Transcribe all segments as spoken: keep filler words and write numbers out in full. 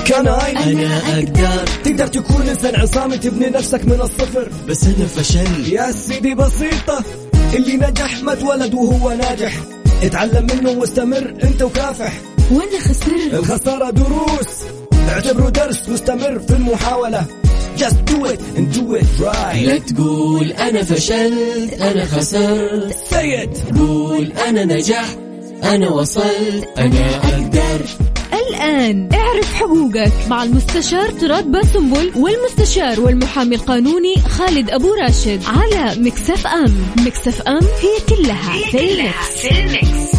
كان أنا أقدر. تقدر تكون إنسان عصامي تبني نفسك من الصفر، بس أنا فشل يا سيدي بسيطة. اللي نجح ما اتولد وهو ناجح، اتعلم منه واستمر انت وكافح. وانا خسرت، الخسارة دروس، اعتبره درس واستمر في المحاولة. Just do it and do it right. لا تقول أنا فشلت أنا خسرت، Say it. قول أنا نجحت أنا وصلت أنا أقدر. الآن اعرف حقوقك مع المستشار تراد باسنبل والمستشار والمحامي القانوني خالد أبو راشد على مكسف أم. مكسف أم هي كلها في المكس.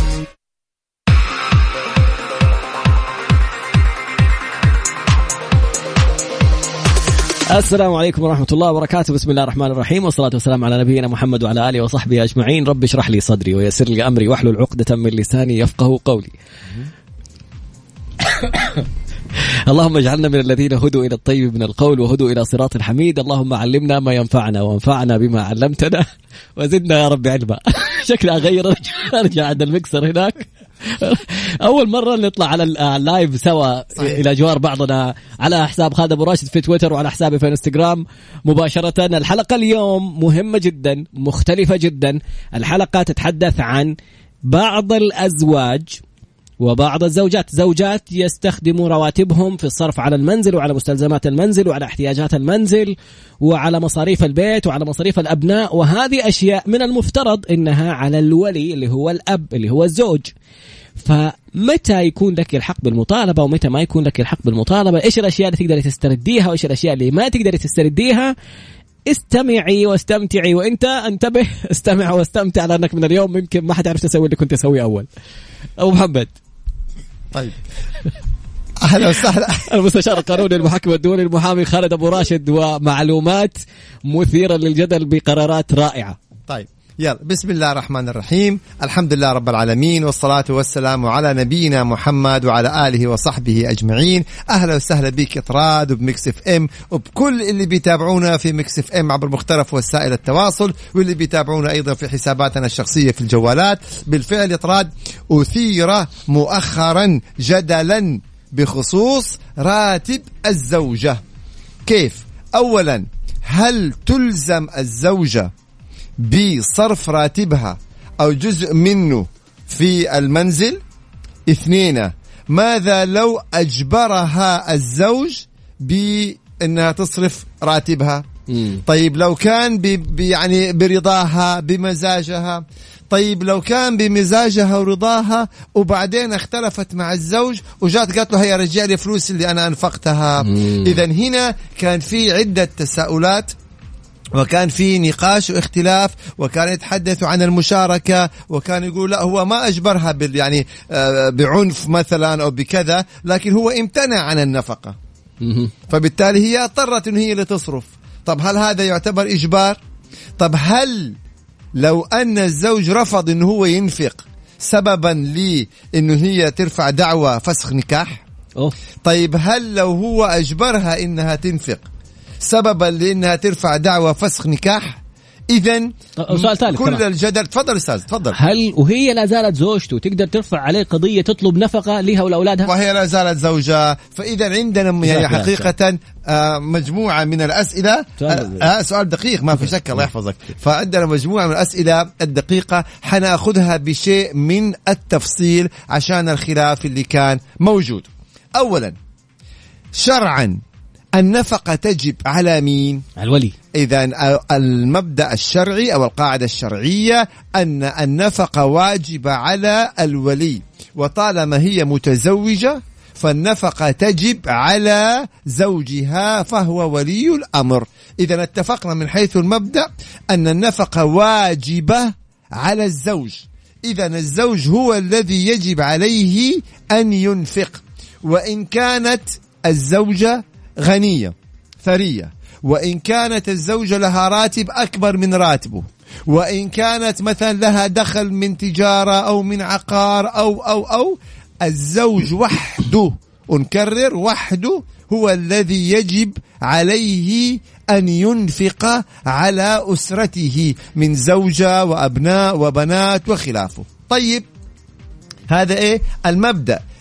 السلام عليكم ورحمة الله وبركاته. بسم الله الرحمن الرحيم، والصلاة والسلام على نبينا محمد وعلى آله وصحبه أجمعين. رب اشرح لي صدري ويسر لي أمري واحلل عقدة من لساني يفقه قولي. اللهم اجعلنا من الذين هدوا إلى الطيب من القول وهدوا إلى صراط الحميد. اللهم علمنا ما ينفعنا وانفعنا بما علمتنا وزدنا يا رب علما. شكلي أغير أرجع عند المكسر هناك. أول مرة نطلع على اللايف سوا إلى جوار بعضنا على حساب خالد أبو راشد في تويتر وعلى حسابي في انستغرام مباشرة. الحلقة اليوم مهمة جدا، مختلفة جدا. الحلقة تتحدث عن بعض الأزواج وبعض الزوجات زوجات يستخدموا رواتبهم في الصرف على المنزل وعلى مستلزمات المنزل وعلى احتياجات المنزل وعلى مصاريف البيت وعلى مصاريف الأبناء، وهذه أشياء من المفترض إنها على الولي اللي هو الأب اللي هو الزوج. فمتى يكون لك الحق بالمطالبة ومتى ما يكون لك الحق بالمطالبة؟ إيش الأشياء اللي تقدري تسترديها وإيش الأشياء اللي ما تقدري تسترديها؟ استمعي واستمتعي، وانت انتبه استمع واستمتع، لأنك من اليوم ممكن ما حد يعرف تسوي اللي كنت تسويه أول. أبو محمد. طيب أهلا وسهلا. المستشار القانوني المحكم الدولي المحامي خالد أبو راشد، ومعلومات مثيرة للجدل بقرارات رائعة. طيب يلا، بسم الله الرحمن الرحيم. الحمد لله رب العالمين، والصلاة والسلام على نبينا محمد وعلى آله وصحبه أجمعين. أهلا وسهلا بك إطراد وبمكس اف ام وبكل اللي بيتابعونا في مكس اف ام عبر مختلف وسائل التواصل، واللي بيتابعونا أيضا في حساباتنا الشخصية في الجوالات. بالفعل إطراد أثير مؤخرا جدلا بخصوص راتب الزوجة. كيف؟ أولا، هل تلزم الزوجة بصرف راتبها أو جزء منه في المنزل؟ اثنين، ماذا لو أجبرها الزوج بأنها تصرف راتبها؟ مم. طيب لو كان ب يعني برضاها بمزاجها؟ طيب لو كان بمزاجها ورضاها وبعدين اختلفت مع الزوج وجات قالت له هيا رجع لي فلوس اللي أنا أنفقتها؟ إذن هنا كان في عدة تساؤلات، وكان في نقاش واختلاف، وكان يتحدثوا عن المشاركة، وكان يقول لا هو ما أجبرها بال يعني بعنف مثلا أو بكذا، لكن هو امتنع عن النفقة، فبالتالي هي اضطرت إن هي اللي تصرف. طب هل هذا يعتبر إجبار؟ طب هل لو أن الزوج رفض إنه هو ينفق سببا لي إنه هي ترفع دعوى فسخ نكاح؟ أوه. طيب هل لو هو أجبرها إنها تنفق سببا لأنها ترفع دعوى فسخ نكاح؟ إذن كل كمان. الجدل. تفضل أستاذ تفضل. هل وهي لا زالت زوجته تقدر ترفع عليه قضية تطلب نفقة لها ولأولادها؟ وهي لا زالت زوجة. فإذا عندنا يعني حقيقة مجموعة من الأسئلة. آه سؤال دقيق ما في شك، الله يحفظك. فعندنا مجموعة من الأسئلة الدقيقة حنأخذها بشيء من التفصيل عشان الخلاف اللي كان موجود. أولا، شرعا النفقة تجب على مين؟ الولي. إذن المبدأ الشرعي أو القاعدة الشرعية أن النفقة واجبة على الولي، وطالما هي متزوجة فالنفقة تجب على زوجها فهو ولي الأمر. إذن اتفقنا من حيث المبدأ أن النفقة واجبة على الزوج. إذن الزوج هو الذي يجب عليه أن ينفق، وإن كانت الزوجة غنية ثرية، وإن كانت الزوجة لها راتب أكبر من راتبه، وإن كانت مثلا لها دخل من تجارة أو من عقار أو أو أو الزوج وحده، ونكرر وحده، هو الذي يجب عليه أن ينفق على أسرته من زوجة وأبناء وبنات وخلافه. طيب هذا إيه المبدأ؟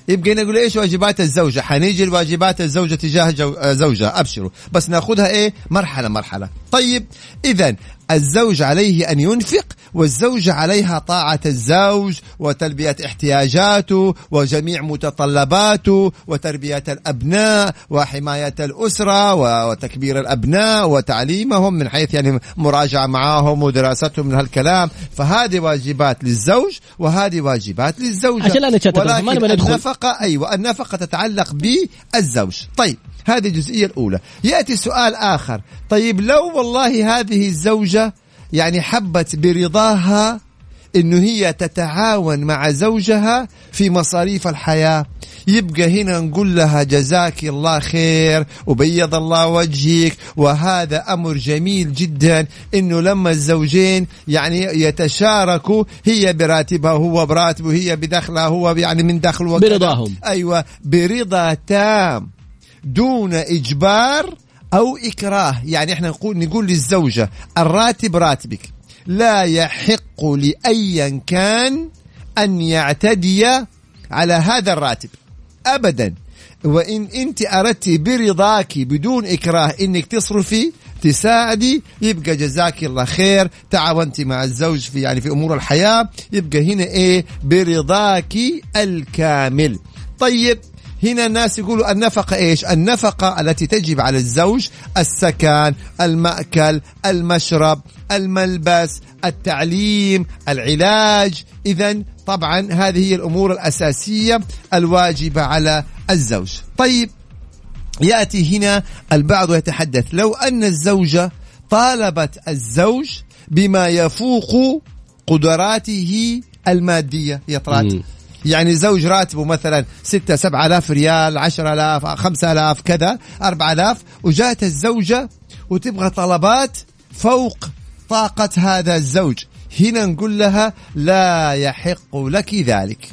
يبقى نقول إيش واجبات الزوجة. حنيجي الواجبات الزوجة تجاه زوجها، أبشروا، بس نأخذها إيه مرحلة مرحلة. طيب إذن الزوج عليه أن ينفق، والزوجة عليها طاعة الزوج وتلبية احتياجاته وجميع متطلباته وتربية الأبناء وحماية الأسرة وتكبير الأبناء وتعليمهم من حيث يعني مراجعة معهم ودراستهم من هالكلام. فهذه واجبات للزوج وهذه واجبات للزوجة. عشان لا نتشتت، ولكن النفقة أيوة النفقة تتعلق بالزوج. طيب هذه الجزئية الأولى. يأتي سؤال آخر، طيب لو والله هذه الزوجة يعني حبت برضاها إنه هي تتعاون مع زوجها في مصاريف الحياة، يبقى هنا نقول لها جزاك الله خير وبيض الله وجهك، وهذا أمر جميل جدا إنه لما الزوجين يعني يتشاركوا، هي براتبها هو براتبه، هي بدخلها هو يعني من دخله برضاهم. أيوة برضا تام دون إجبار أو إكراه. يعني إحنا نقول نقول للزوجة الراتب راتبك، لا يحق لأيا كان أن يعتدي على هذا الراتب أبدا. وإن أنت أردت برضاك بدون إكراه إنك تصرفي تساعدي، يبقى جزاك الله خير، تعاونتي مع الزوج في يعني في أمور الحياة، يبقى هنا إيه برضاك الكامل. طيب هنا الناس يقولوا النفقة إيش؟ النفقة التي تجب على الزوج السكن، المأكل، المشرب، الملبس، التعليم، العلاج. إذن طبعا هذه هي الأمور الأساسية الواجبة على الزوج. طيب يأتي هنا البعض يتحدث لو أن الزوجة طالبت الزوج بما يفوق قدراته المادية يطرات، يعني زوج راتبه مثلا ستة سبعة آلاف ريال، عشر آلاف، خمسة آلاف، كذا أربعة آلاف، وجاءت الزوجة وتبغى طلبات فوق طاقة هذا الزوج، هنا نقول لها لا يحق لك ذلك.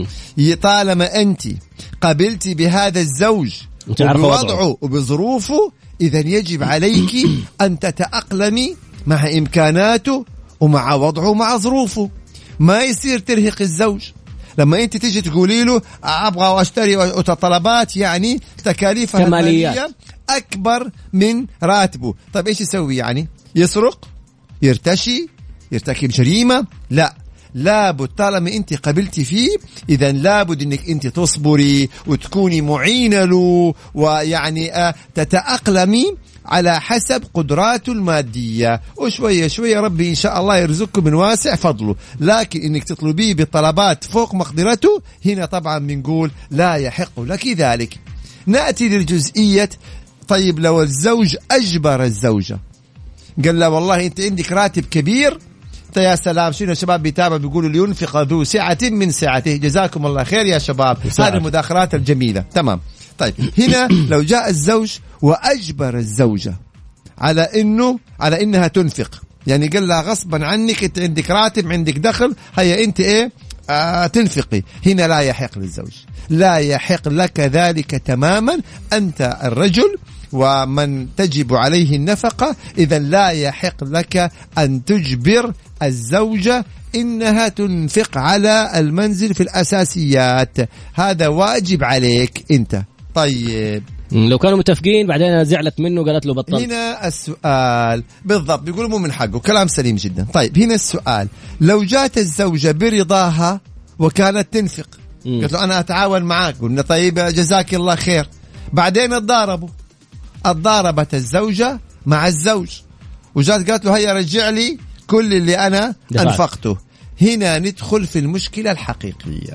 طالما أنت قبلت بهذا الزوج وبوضعه وبظروفه، إذن يجب عليك أن تتأقلمي مع إمكاناته ومع وضعه ومع ظروفه. ما يصير ترهق الزوج لما انت تيجي تقولي له ابغى واشتري وطلبات يعني تكاليفها الماليه اكبر من راتبه. طيب ايش يسوي؟ يعني يسرق، يرتشي، يرتكب جريمه؟ لا، لابد طالما انت قبلتي فيه اذا لابد انك انت تصبري وتكوني معينه له، ويعني تتأقلمي على حسب قدراته المادية، وشوية شوية ربي إن شاء الله يرزقكم من واسع فضله. لكن إنك تطلبيه بطلبات فوق مقدرته، هنا طبعا بنقول لا يحق لك ذلك. نأتي للجزئية، طيب لو الزوج أجبر الزوجة قال لا والله أنت عندك راتب كبير، يا سلام، شنو الشباب بيتابع بيقولوا لينفق ذو سعة من سعته، جزاكم الله خير يا شباب، هذه المداخلات الجميلة. تمام. طيب هنا لو جاء الزوج وأجبر الزوجة على إنه على إنها تنفق، يعني قال لها غصبا عنك أنت عندك راتب، عندك دخل، هيا أنت إيه آه تنفقي، هنا لا يحق للزوج، لا يحق لك ذلك تماما. أنت الرجل ومن تجب عليه النفقة، إذا لا يحق لك أن تجبر الزوجة إنها تنفق على المنزل في الأساسيات، هذا واجب عليك أنت. طيب لو كانوا متفقين بعدين زعلت منه قالت له بطل، هنا السؤال بالضبط بيقولوا مو من حقه، كلام سليم جدا. طيب هنا السؤال، لو جات الزوجة برضاها وكانت تنفق، قلت له أنا أتعاون معاك، قلنا طيب جزاك الله خير، بعدين اتضاربوا، اتضاربت الزوجة مع الزوج وجات قالت له هيا رجع لي كل اللي أنا دفعت. أنفقته. هنا ندخل في المشكلة الحقيقية.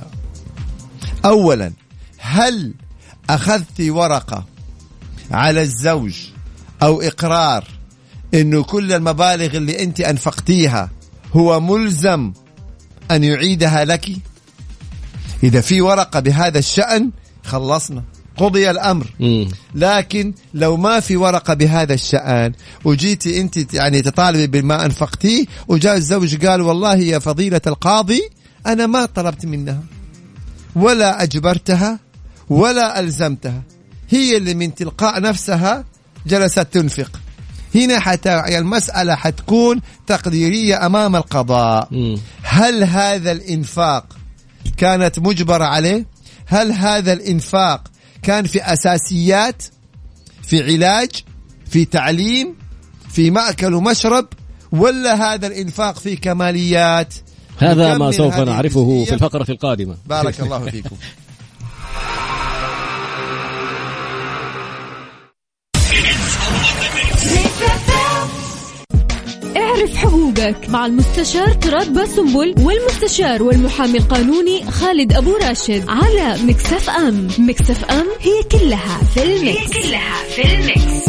أولا، هل أخذت ورقة على الزوج أو إقرار إنه كل المبالغ اللي أنت أنفقتيها هو ملزم أن يعيدها لك؟ إذا في ورقة بهذا الشأن خلصنا، قضي الأمر. مم. لكن لو ما في ورقة بهذا الشأن وجيتي أنت يعني تطالبي بما أنفقتيه وجاء الزوج قال والله يا فضيلة القاضي أنا ما طلبت منها ولا أجبرتها ولا ألزمتها، هي اللي من تلقاء نفسها جلست تنفق، هنا حتى المسألة حتكون تقديرية أمام القضاء. م. هل هذا الإنفاق كانت مجبرة عليه؟ هل هذا الإنفاق كان في أساسيات، في علاج، في تعليم، في مأكل ومشرب، ولا هذا الإنفاق في كماليات؟ هذا ما سوف نعرفه في الفقرة القادمة. بارك الله فيكم. اعرف حقوقك مع المستشار تراد باسنبل والمستشار والمحامي القانوني خالد أبو راشد على مكسف أم. مكسف أم هي كلها في المكس. هي كلها في المكس.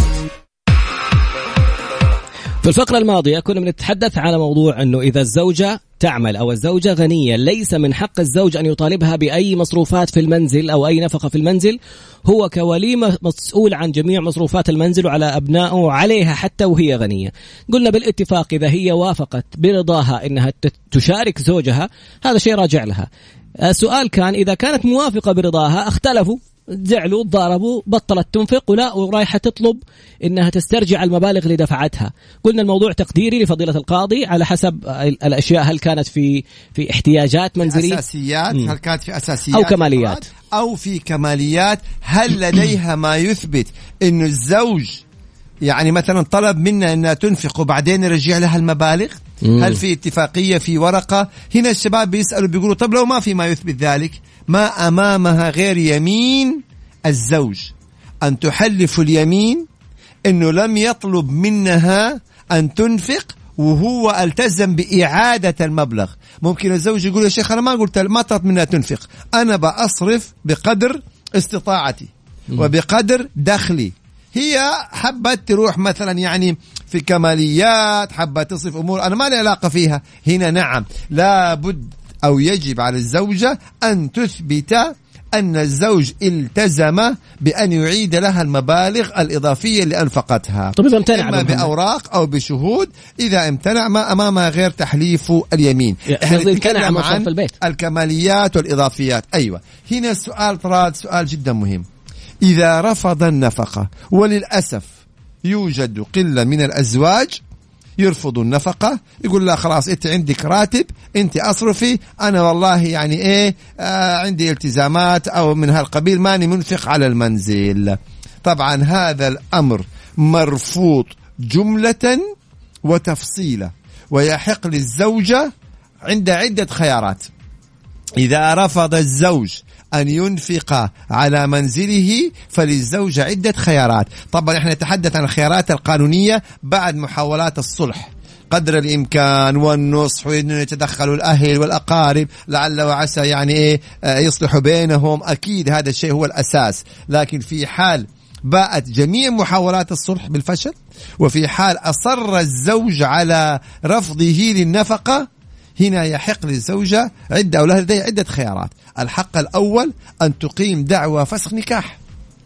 في الفقرة الماضية كنا بنتحدث على موضوع أنه إذا الزوجة تعمل أو الزوجة غنية ليس من حق الزوج أن يطالبها بأي مصروفات في المنزل أو أي نفقة في المنزل. هو كولي مسؤول عن جميع مصروفات المنزل وعلى أبنائه عليها حتى وهي غنية. قلنا بالاتفاق إذا هي وافقت برضاها أنها تشارك زوجها هذا شيء راجع لها. السؤال كان إذا كانت موافقة برضاها اختلفوا، زعلوا، ضاربوا، بطلت تنفق ولا ورايحة تطلب إنها تسترجع المبالغ اللي دفعتها. قلنا الموضوع تقديري لفضيلة القاضي على حسب الأشياء، هل كانت في في احتياجات منزلية، أساسيات، م. هل كانت في أساسيات أو كماليات أو في كماليات، هل لديها ما يثبت إنه الزوج يعني مثلا طلب منها أنها تنفق وبعدين يرجع لها المبالغ. مم. هل في اتفاقية في ورقة؟ هنا الشباب بيسألوا بيقولوا طب لو ما في ما يثبت ذلك، ما أمامها غير يمين الزوج أن تحلف اليمين أنه لم يطلب منها أن تنفق وهو التزم بإعادة المبلغ. ممكن الزوج يقول يا شيخ أنا ما قلت ما طلب منها تنفق، أنا بأصرف بقدر استطاعتي وبقدر دخلي. هي حبت تروح مثلا يعني في كماليات، حبت تصرف أمور أنا ما لي علاقة فيها. هنا نعم لابد أو يجب على الزوجة أن تثبت أن الزوج التزم بأن يعيد لها المبالغ الإضافية اللي أنفقتها، طب إذا امتنع إما بأوراق أو بشهود. إذا امتنع ما أمامها غير تحليف اليمين. إحنا نتكلم عن البيت. الكماليات والإضافيات. أيوة هنا السؤال طراد سؤال جدا مهم. إذا رفض النفقة، وللأسف يوجد قلة من الأزواج يرفضوا النفقة، يقول لا خلاص أنت عندك راتب أنت أصرفي، أنا والله يعني إيه آه عندي التزامات أو من هالقبيل ماني منفق على المنزل. طبعا هذا الأمر مرفوض جملة وتفصيلا، ويحق للزوجة عند عدة خيارات. إذا رفض الزوج أن ينفق على منزله فللزوجة عدة خيارات. طبعا احنا نتحدث عن الخيارات القانونية بعد محاولات الصلح قدر الإمكان والنصح، وإنه يتدخلوا الأهل والأقارب لعل وعسى يعني إيه يصلحوا بينهم. أكيد هذا الشيء هو الأساس، لكن في حال باءت جميع محاولات الصلح بالفشل، وفي حال أصر الزوج على رفضه للنفقة، هنا يحق للزوجة عدة أو لها لديها عدة خيارات. الحق الأول أن تقيم دعوى فسخ نكاح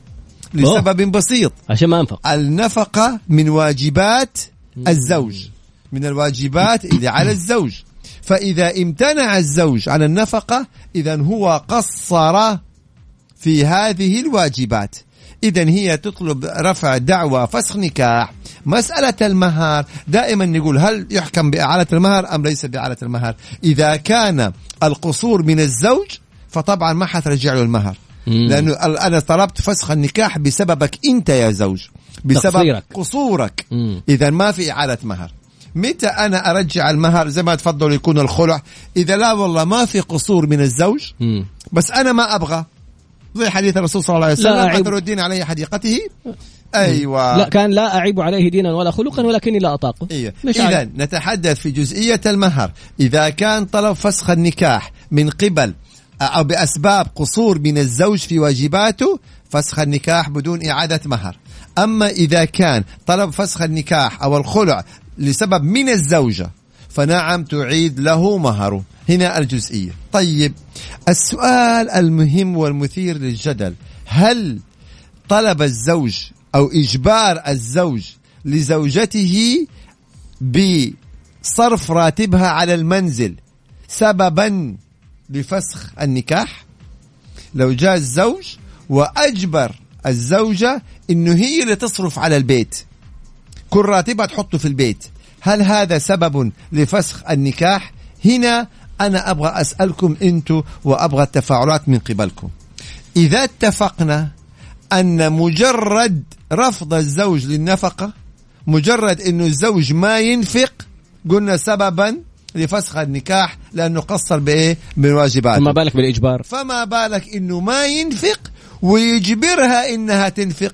لسبب أوه. بسيط، عشان ما أنفق. النفقة من واجبات الزوج، من الواجبات اللي على الزوج، فإذا امتنع الزوج عن النفقة إذن هو قصر في هذه الواجبات. إذن هي تطلب رفع دعوى فسخ نكاح. مسألة المهر دائما نقول هل يحكم بإعالة المهر أم ليس بإعالة المهر؟ إذا كان القصور من الزوج فطبعا ما حترجع له المهر، لأنه أنا طلبت فسخ النكاح بسببك أنت يا زوج، بسبب تقصيرك. قصورك. إذا ما في إعالة مهر. متى أنا أرجع المهر؟ زي ما تفضل يكون الخلع. إذا لا والله ما في قصور من الزوج مم. بس أنا ما أبغى، زي حديث الرسول صلى الله عليه وسلم قدروا الدين عليه حديقته. أيوة لا كان لا أعيب عليه دينا ولا خلقا ولكني لا أطاقه. أيوة. إذا نتحدث في جزئية المهر. إذا كان طلب فسخ النكاح من قبل أو بأسباب قصور من الزوج في واجباته، فسخ النكاح بدون إعادة مهر. أما إذا كان طلب فسخ النكاح أو الخلع لسبب من الزوجة فنعم تعيد له مهره. هنا الجزئية. طيب السؤال المهم والمثير للجدل، هل طلب الزوج أو إجبار الزوج لزوجته بصرف راتبها على المنزل سببا لفسخ النكاح؟ لو جاء الزوج وأجبر الزوجة إنه هي اللي تصرف على البيت، كل راتبها تحطه في البيت، هل هذا سبب لفسخ النكاح؟ هنا أنا أبغى أسألكم أنتوا وأبغى التفاعلات من قبلكم. إذا اتفقنا أن مجرد رفض الزوج للنفقة، مجرد أنه الزوج ما ينفق، قلنا سببا لفسخ النكاح لأنه قصر بإيه؟ بالواجبات. فما بالك بالإجبار؟ فما بالك أنه ما ينفق ويجبرها إنها تنفق،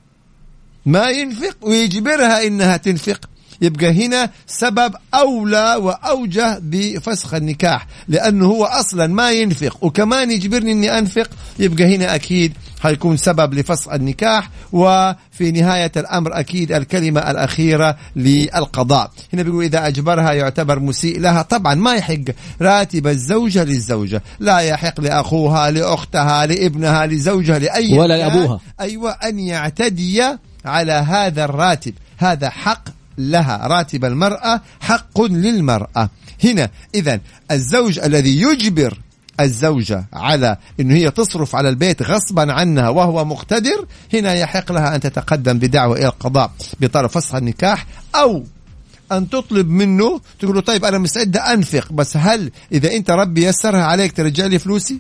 ما ينفق ويجبرها إنها تنفق، يبقى هنا سبب أولى وأوجه بفسخ النكاح، لأنه هو أصلا ما ينفق وكمان يجبرني إني أنفق، يبقى هنا أكيد هيكون سبب لفسخ النكاح. وفي نهاية الأمر أكيد الكلمة الأخيرة للقضاء. هنا بيقول إذا أجبرها يعتبر مسيء لها. طبعا ما يحق راتب الزوجة للزوجة، لا يحق لأخوها لأختها لابنها لزوجها لأي ولا لأبوها، أيوة، أن يعتدي على هذا الراتب. هذا حق لها، راتب المرأة حق للمرأة. هنا إذن الزوج الذي يجبر الزوجة على أنه هي تصرف على البيت غصبا عنها وهو مقتدر، هنا يحق لها أن تتقدم بدعوة إلى القضاء بطلب فسخ النكاح، أو أن تطلب منه تقول له طيب أنا مستعدة أنفق، بس هل إذا أنت ربي يسرها عليك ترجع لي فلوسي؟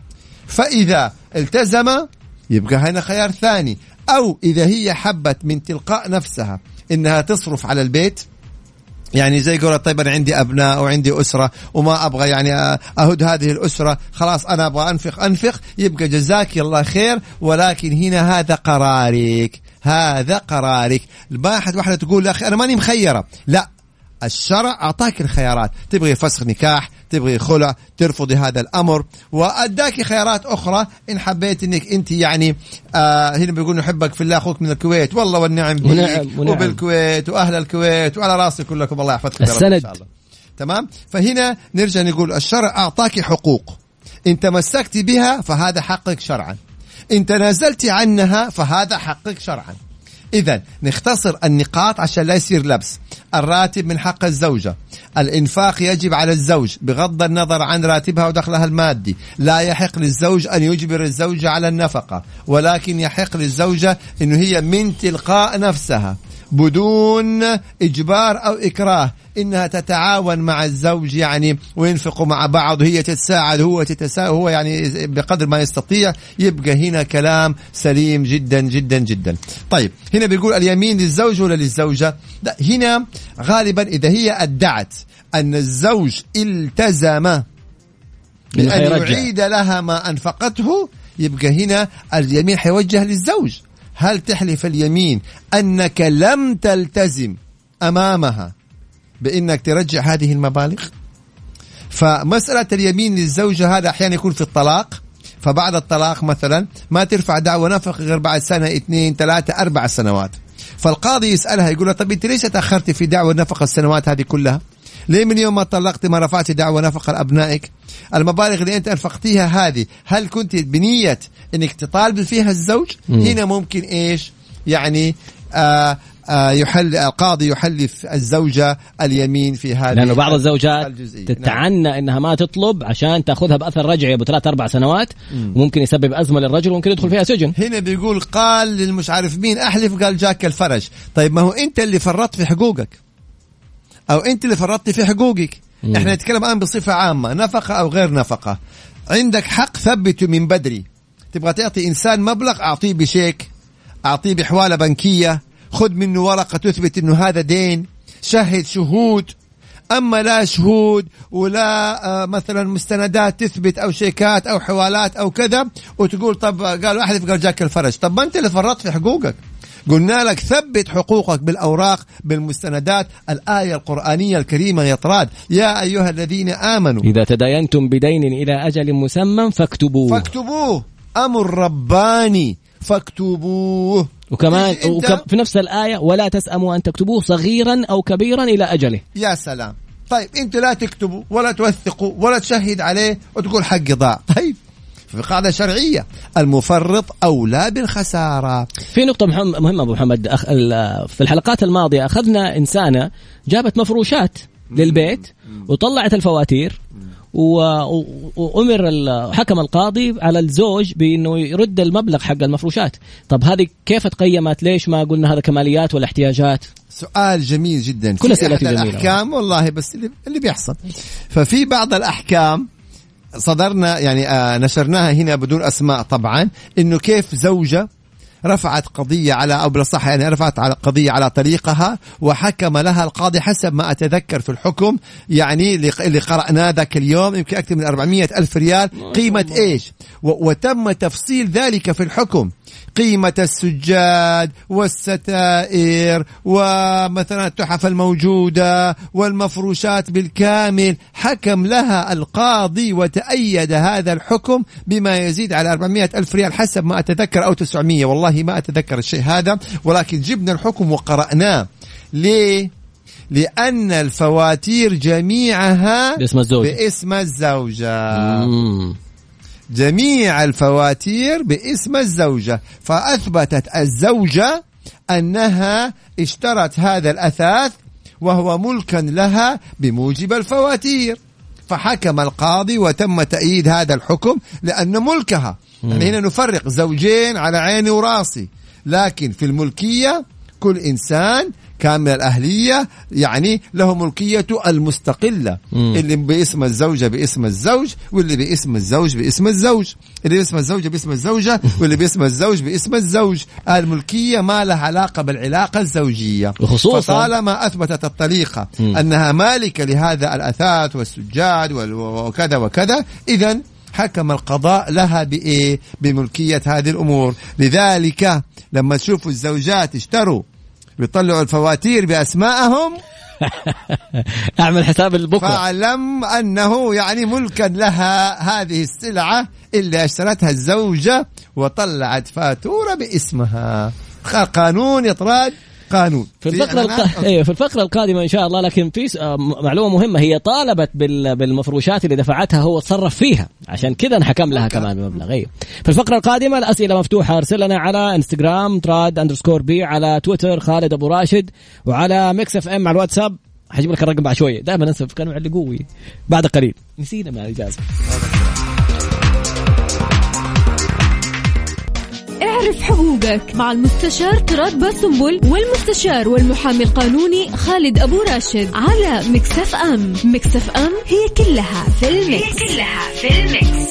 فإذا التزم يبقى هنا خيار ثاني. أو إذا هي حبت من تلقاء نفسها إنها تصرف على البيت، يعني زي قولة طيب أنا عندي أبناء وعندي أسرة وما أبغى يعني أهد هذه الأسرة، خلاص أنا أبغى أنفق أنفق، يبقى جزاك الله خير، ولكن هنا هذا قرارك، هذا قرارك. الباحث واحدة تقول يا أخي أنا ماني مخيرة، لا، الشرع أعطاك الخيارات، تبغي فسخ نكاح، تبغي خلع، ترفضي هذا الأمر، وأداك خيارات أخرى إن حبيت إنك أنت يعني آه هنا بيقول نحبك في الله أخوك من الكويت، والله والنعم بيك ونعم ونعم. وبالكويت وأهل الكويت وعلى راسي كلكم، الله يحفظكم السند إن شاء الله. تمام. فهنا نرجع نقول الشرع أعطاك حقوق، إن تمسكت بها فهذا حقك شرعا، إن تنازلت عنها فهذا حقك شرعا. إذن نختصر النقاط عشان لا يصير لبس. الراتب من حق الزوجة، الإنفاق يجب على الزوج بغض النظر عن راتبها ودخلها المادي، لا يحق للزوج أن يجبر الزوجة على النفقة، ولكن يحق للزوجة أنه هي من تلقاء نفسها بدون إجبار أو إكراه إنها تتعاون مع الزوج يعني وينفقوا مع بعض، وهي تتساعد هو تتساعد هو يعني بقدر ما يستطيع. يبقى هنا كلام سليم جدا جدا جدا. طيب هنا بيقول اليمين للزوج ولا للزوجة؟ لا، هنا غالبا إذا هي ادعت أن الزوج التزم أن يعيد لها ما أنفقته، يبقى هنا اليمين حيوجه للزوج. هل تحلف اليمين أنك لم تلتزم أمامها بأنك ترجع هذه المبالغ؟ فمسألة اليمين للزوجة هذا أحيانا يكون في الطلاق، فبعد الطلاق مثلا ما ترفع دعوى نفقة غير بعد سنة اثنين ثلاثة أربع سنوات، فالقاضي يسألها يقول لها طب أنت ليش تأخرت في دعوى نفقة السنوات هذه كلها؟ ليه من يوم ما طلقت ما رفعت دعوى نفقة لأبنائك؟ المبالغ اللي أنت أنفقتيها هذه هل كنت بنية أنك تطالب فيها الزوج؟ مم. هنا ممكن إيش يعني آه آه يحل القاضي يحلف الزوجة اليمين في هذه، لأنه بعض الزوجات الجزئية. تتعنى نعم. إنها ما تطلب عشان تأخذها بأثر رجعي أبو ثلاث أربع سنوات، مم. وممكن يسبب أزمة للرجل وممكن يدخل فيها سجن. هنا بيقول قال للمش عارف مين أحلف، قال جاك الفرج. طيب ما هو أنت اللي فرطت في حقوقك، أو أنت اللي فرطت في حقوقك. مم. إحنا نتكلم الآن بصفة عامة، نفقة أو غير نفقة. عندك حق ثبته من بدري. تبغى تعطي إنسان مبلغ، أعطيه بشيك، أعطيه بحوالة بنكية، خذ منه ورقة تثبت إنه هذا دين، شهد شهود. أما لا شهود ولا آه مثلا مستندات تثبت أو شيكات أو حوالات أو كذا، وتقول طب قالوا أحلف قال جاك الفرج. طب ما أنت اللي فرطت في حقوقك، قلنا لك ثبت حقوقك بالأوراق بالمستندات. الآية القرآنية الكريمة يطراد يا أيها الذين آمنوا إذا تداينتم بدين إلى أجل مسمى فاكتبوه فاكتبوه أمر رباني فاكتبوه. وكمان وك... في نفس الآية ولا تسأموا أن تكتبوه صغيرا أو كبيرا إلى أجله. يا سلام. طيب أنت لا تكتبوا ولا توثقوا ولا تشهد عليه وتقول حقي ضاع. طيب في قاعدة شرعية المفرط أولى بالخسارة. في نقطة مهمة أبو محمد، أخ... في الحلقات الماضية أخذنا إنسانة جابت مفروشات للبيت وطلعت الفواتير، وأمر حكم القاضي على الزوج بأنه يرد المبلغ حق المفروشات. طب هذه كيف تقيمت؟ ليش ما قلنا هذا كماليات ولا احتياجات؟ سؤال جميل جدا. كل أسئلة جميلة الأحكام والله، بس اللي, اللي بيحصل ففي بعض الأحكام صدرنا يعني آه نشرناها هنا بدون أسماء طبعا، إنه كيف زوجة رفعت قضية على أو بالصح يعني رفعت على قضية على طريقها وحكم لها القاضي حسب ما أتذكر في الحكم يعني اللي قرأناه ذاك اليوم يمكن أكثر من أربعمائة ألف ريال قيمة إيش، وتم تفصيل ذلك في الحكم، قيمة السجاد والستائر ومثلا التحف الموجودة والمفروشات بالكامل، حكم لها القاضي وتأيد هذا الحكم بما يزيد على أربعمائة ألف ريال حسب ما أتذكر أو تسعمائة، والله ما أتذكر الشيء هذا، ولكن جبنا الحكم وقرأناه. ليه؟ لأن الفواتير جميعها باسم الزوجة, باسم الزوجة. مم. جميع الفواتير باسم الزوجة، فأثبتت الزوجة أنها اشترت هذا الأثاث وهو ملكا لها بموجب الفواتير، فحكم القاضي وتم تأييد هذا الحكم لأنه ملكها. يعني هنا نفرق زوجين على عيني وراسي، لكن في الملكية كل إنسان كامل الأهلية يعني له ملكيته المستقلة. مم. اللي باسم الزوجة باسم الزوج، واللي باسم الزوج باسم الزوج، اللي باسم الزوجة باسم الزوجة، واللي باسم الزوج باسم الزوج. الملكية ما لها علاقة بالعلاقة الزوجية، فطالما أثبتت الطريقة مم. أنها مالكة لهذا الأثاث والسجاد وكذا وكذا، إذن حكم القضاء لها بإيه؟ بملكية هذه الأمور. لذلك لما تشوفوا الزوجات اشتروا بيطلعوا الفواتير بأسمائهم أعمل حساب البكرة، فاعلم أنه يعني ملكا لها هذه السلعة اللي اشترتها الزوجة وطلعت فاتورة باسمها. قانون إطراد قانون. في الفقرة الق... ايوه في الفقرة القادمة إن شاء الله. لكن في معلومة مهمة، هي طالبت بال... بالمفروشات اللي دفعتها هو تصرف فيها، عشان كذا نحكم لها كمان بمبلغ. ايوه في الفقرة القادمة الأسئلة مفتوحة، ارسل لنا على انستغرام تراد اندرسكور بي، على تويتر خالد أبو راشد، وعلى ميكس اف ام على الواتساب. هجيب لك الرقم بعد شوية، دائما ننسى كانوا يعلقوه بعد قليل، نسينا مع الإجازة. اعرف حقوقك مع المستشار تراد باسنبل والمستشار والمحامي القانوني خالد أبو راشد على ميكس اف ام. ميكس اف ام هي كلها في الميكس. هي كلها في الميكس.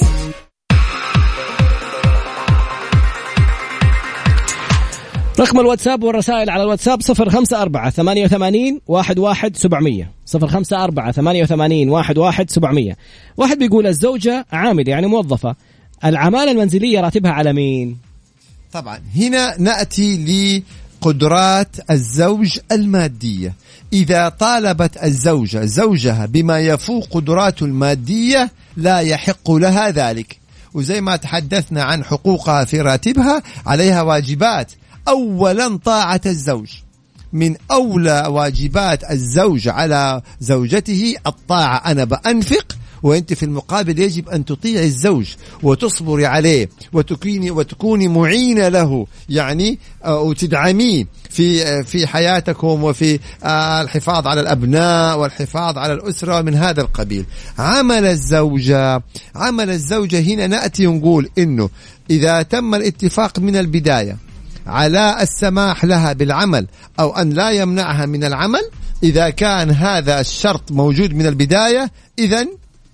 رقم الواتساب والرسائل على الواتساب صفر خمسة أربعة ثمانية وثمانين واحد واحد سبعمية، صفر خمسة أربعة ثمانية وثمانين واحد واحد سبعمية. واحد بيقول الزوجة عامل يعني موظفة، العمالة المنزلية راتبها على مين؟ طبعا هنا نأتي لقدرات الزوج المادية. إذا طالبت الزوجة زوجها بما يفوق قدراته المادية لا يحق لها ذلك، وزي ما تحدثنا عن حقوقها في راتبها عليها واجبات. أولا طاعة الزوج، من أولى واجبات الزوج على زوجته الطاعة. أنا بأنفق وأنت في المقابل يجب أن تطيع الزوج وتصبري عليه وتكوني وتكوني معينة له، يعني وتدعميه في في حياتكم وفي الحفاظ على الأبناء والحفاظ على الأسرة من هذا القبيل. عمل الزوجة عمل الزوجة هنا نأتي ونقول إنه إذا تم الاتفاق من البداية على السماح لها بالعمل أو أن لا يمنعها من العمل، إذا كان هذا الشرط موجود من البداية إذن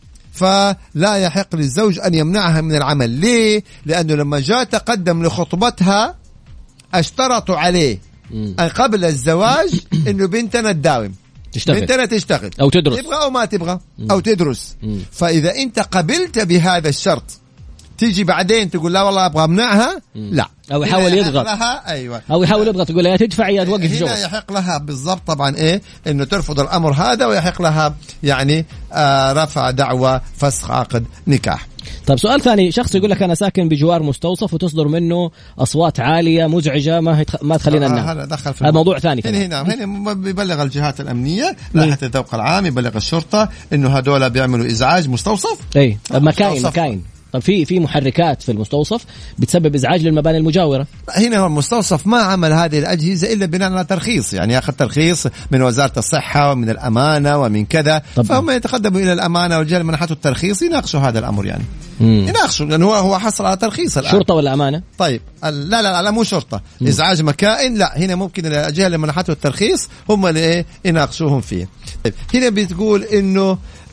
فلا يحق للزوج أن يمنعها من العمل. ليه؟ لأنه لما جاء تقدم لخطبتها اشترطوا عليه أن قبل الزواج إنه بنتنا تداوم، تشتغل. بنتنا تشتغل أو تدرس، تبغى أو ما تبغى مم. أو تدرس. مم. فإذا أنت قبلت بهذا الشرط تيجي بعدين تقول لا والله أبغى أمنعها، لا، أو يحاول يضغط لها. أيوة. أو يحاول يضغط تقول لها تدفع يا توقف الشغل. هنا يحق لها بالضبط طبعا إيه إنه ترفض الأمر هذا، ويحق لها يعني آه رفع دعوى فسخ عقد نكاح. طيب سؤال ثاني، شخص يقول لك أنا ساكن بجوار مستوصف وتصدر منه أصوات عالية مزعجة ما هتخ... ما تخلينا ننام. هذا دخل في الموضوع ثاني. هنا هنا هنا بيبلغ الجهات الأمنية، لائحة الذوق العام، يبلغ الشرطة إنه هذول بيعملوا إزعاج مستوصف. أي مكاين مكاين طب في في محركات في المستوصف بتسبب إزعاج للمباني المجاورة. هنا هو المستوصف ما عمل هذه الأجهزة إلا بناء على ترخيص، يعني يأخذ ترخيص من وزارة الصحة ومن الأمانة ومن كذا، فهم يتقدموا إلى الأمانة والجهة اللي منحته الترخيص يناقشوا هذا الأمر، يعني مم. يناقشوا لأنه هو هو حصل على ترخيص الآن. شرطة ولا أمانة؟ طيب لا لا لا مو شرطة. مم. إزعاج مكائن لا، هنا ممكن الجهة اللي منحته الترخيص هم اللي يناقشوهم فيه. طيب هنا بتقول إنه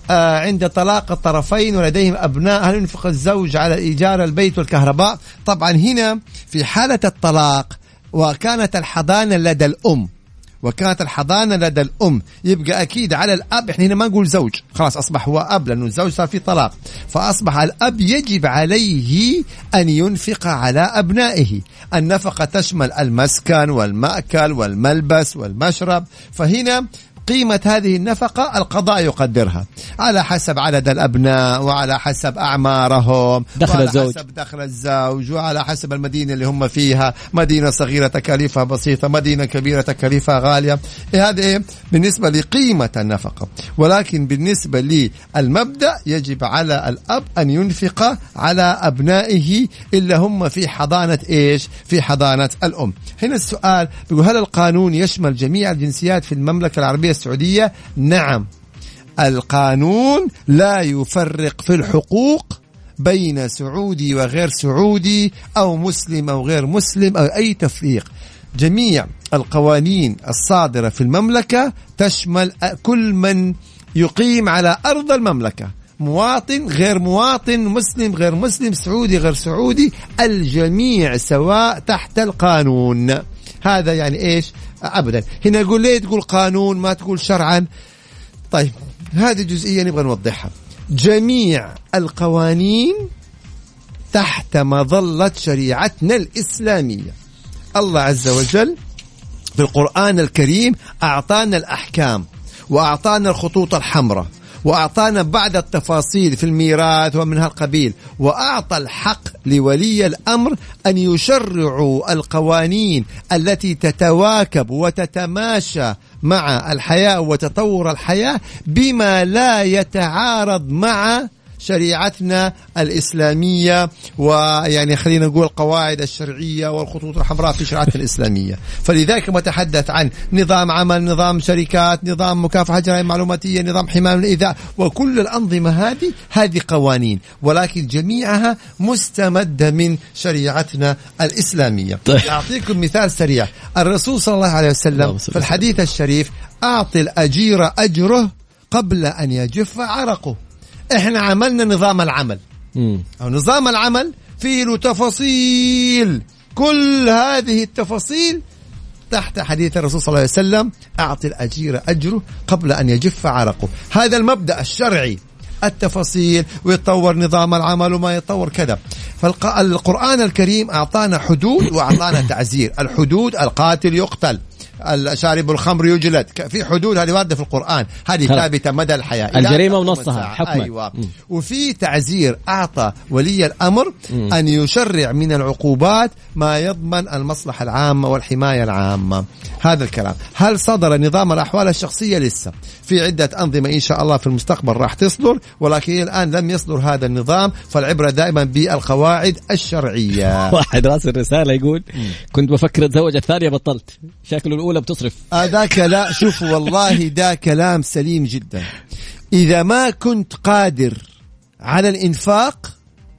آه عند طلاق الطرفين ولديهم أبناء هل ينفق الزوج على إيجار البيت والكهرباء؟ طبعا هنا في حالة الطلاق وكانت الحضانة لدى الأم وكانت الحضانة لدى الأم يبقى أكيد على الأب. إحنا هنا ما نقول زوج، خلاص أصبح هو أب لأنه الزوج صار في طلاق، فأصبح الأب يجب عليه أن ينفق على أبنائه. النفقة تشمل المسكن والمأكل والملبس والمشرب، فهنا قيمة هذه النفقة القضاء يقدرها على حسب عدد الأبناء وعلى حسب أعمارهم دخل وعلى الزوج. حسب دخل الزوج وعلى حسب المدينة اللي هم فيها، مدينة صغيرة تكاليفها بسيطة، مدينة كبيرة تكاليفها غالية. هذا إيه بالنسبة لقيمة النفقة. ولكن بالنسبة للمبدأ يجب على الأب أن ينفق على أبنائه إلا هم في حضانة إيش؟ في حضانة الأم. هنا السؤال بيقول هل القانون يشمل جميع الجنسيات في المملكة العربية السعودية؟ نعم، القانون لا يفرق في الحقوق بين سعودي وغير سعودي أو مسلم أو غير مسلم أو أي تفريق. جميع القوانين الصادرة في المملكة تشمل كل من يقيم على أرض المملكة، مواطن غير مواطن، مسلم غير مسلم، سعودي غير سعودي، الجميع سواء تحت القانون. هذا يعني إيش؟ أبدا. هنا يقول ليه تقول قانون ما تقول شرعا؟ طيب هذه جزئية نبغى نوضحها. جميع القوانين تحت مظلة شريعتنا الإسلامية. الله عز وجل في القرآن الكريم أعطانا الأحكام وأعطانا الخطوط الحمراء وأعطانا بعض التفاصيل في الميراث ومن هالقبيل، وأعطى الحق لولي الأمر أن يشرعوا القوانين التي تتواكب وتتماشى مع الحياة وتطور الحياة بما لا يتعارض مع شريعتنا الإسلامية، ويعني خلينا نقول القواعد الشرعية والخطوط الحمراء في شريعتنا الإسلامية. فلذلك متحدث عن نظام عمل، نظام شركات، نظام مكافحة جرائم معلوماتية، نظام حماية من الإيذاء، وكل الأنظمة هذه هذه قوانين، ولكن جميعها مستمدة من شريعتنا الإسلامية. طيب. أعطيكم مثال سريع. الرسول صلى الله عليه وسلم في الحديث الشريف أعطي الأجير أجره قبل أن يجف عرقه. احنا عملنا نظام العمل مم. او نظام العمل فيه له تفاصيل، كل هذه التفاصيل تحت حديث الرسول صلى الله عليه وسلم أعطي الأجير أجره قبل أن يجف عرقه. هذا المبدأ الشرعي، التفاصيل ويتطور نظام العمل وما يتطور كذا. فالقرآن الكريم أعطانا حدود وأعطانا تعزير. الحدود القاتل يقتل، الشارب الخمر يجلد، في حدود هذه واردة في القرآن، هذه ثابتة مدى الحياة، الجريمة ونصها حكما. أيوة. وفي تعزير أعطى ولي الأمر م. أن يشرع من العقوبات ما يضمن المصلحة العامة والحماية العامة. هذا الكلام. هل صدر نظام الأحوال الشخصية؟ لسه في عدة أنظمة إن شاء الله في المستقبل راح تصدر، ولكن الآن لم يصدر هذا النظام، فالعبرة دائما بالقواعد الشرعية. واحد راسل رسالة يقول م. كنت بفكر أتزوج الثانية بطلت، شكله الأولى بتصرف. هذاك لا، شوف والله ده كلام سليم جدا. إذا ما كنت قادر على الإنفاق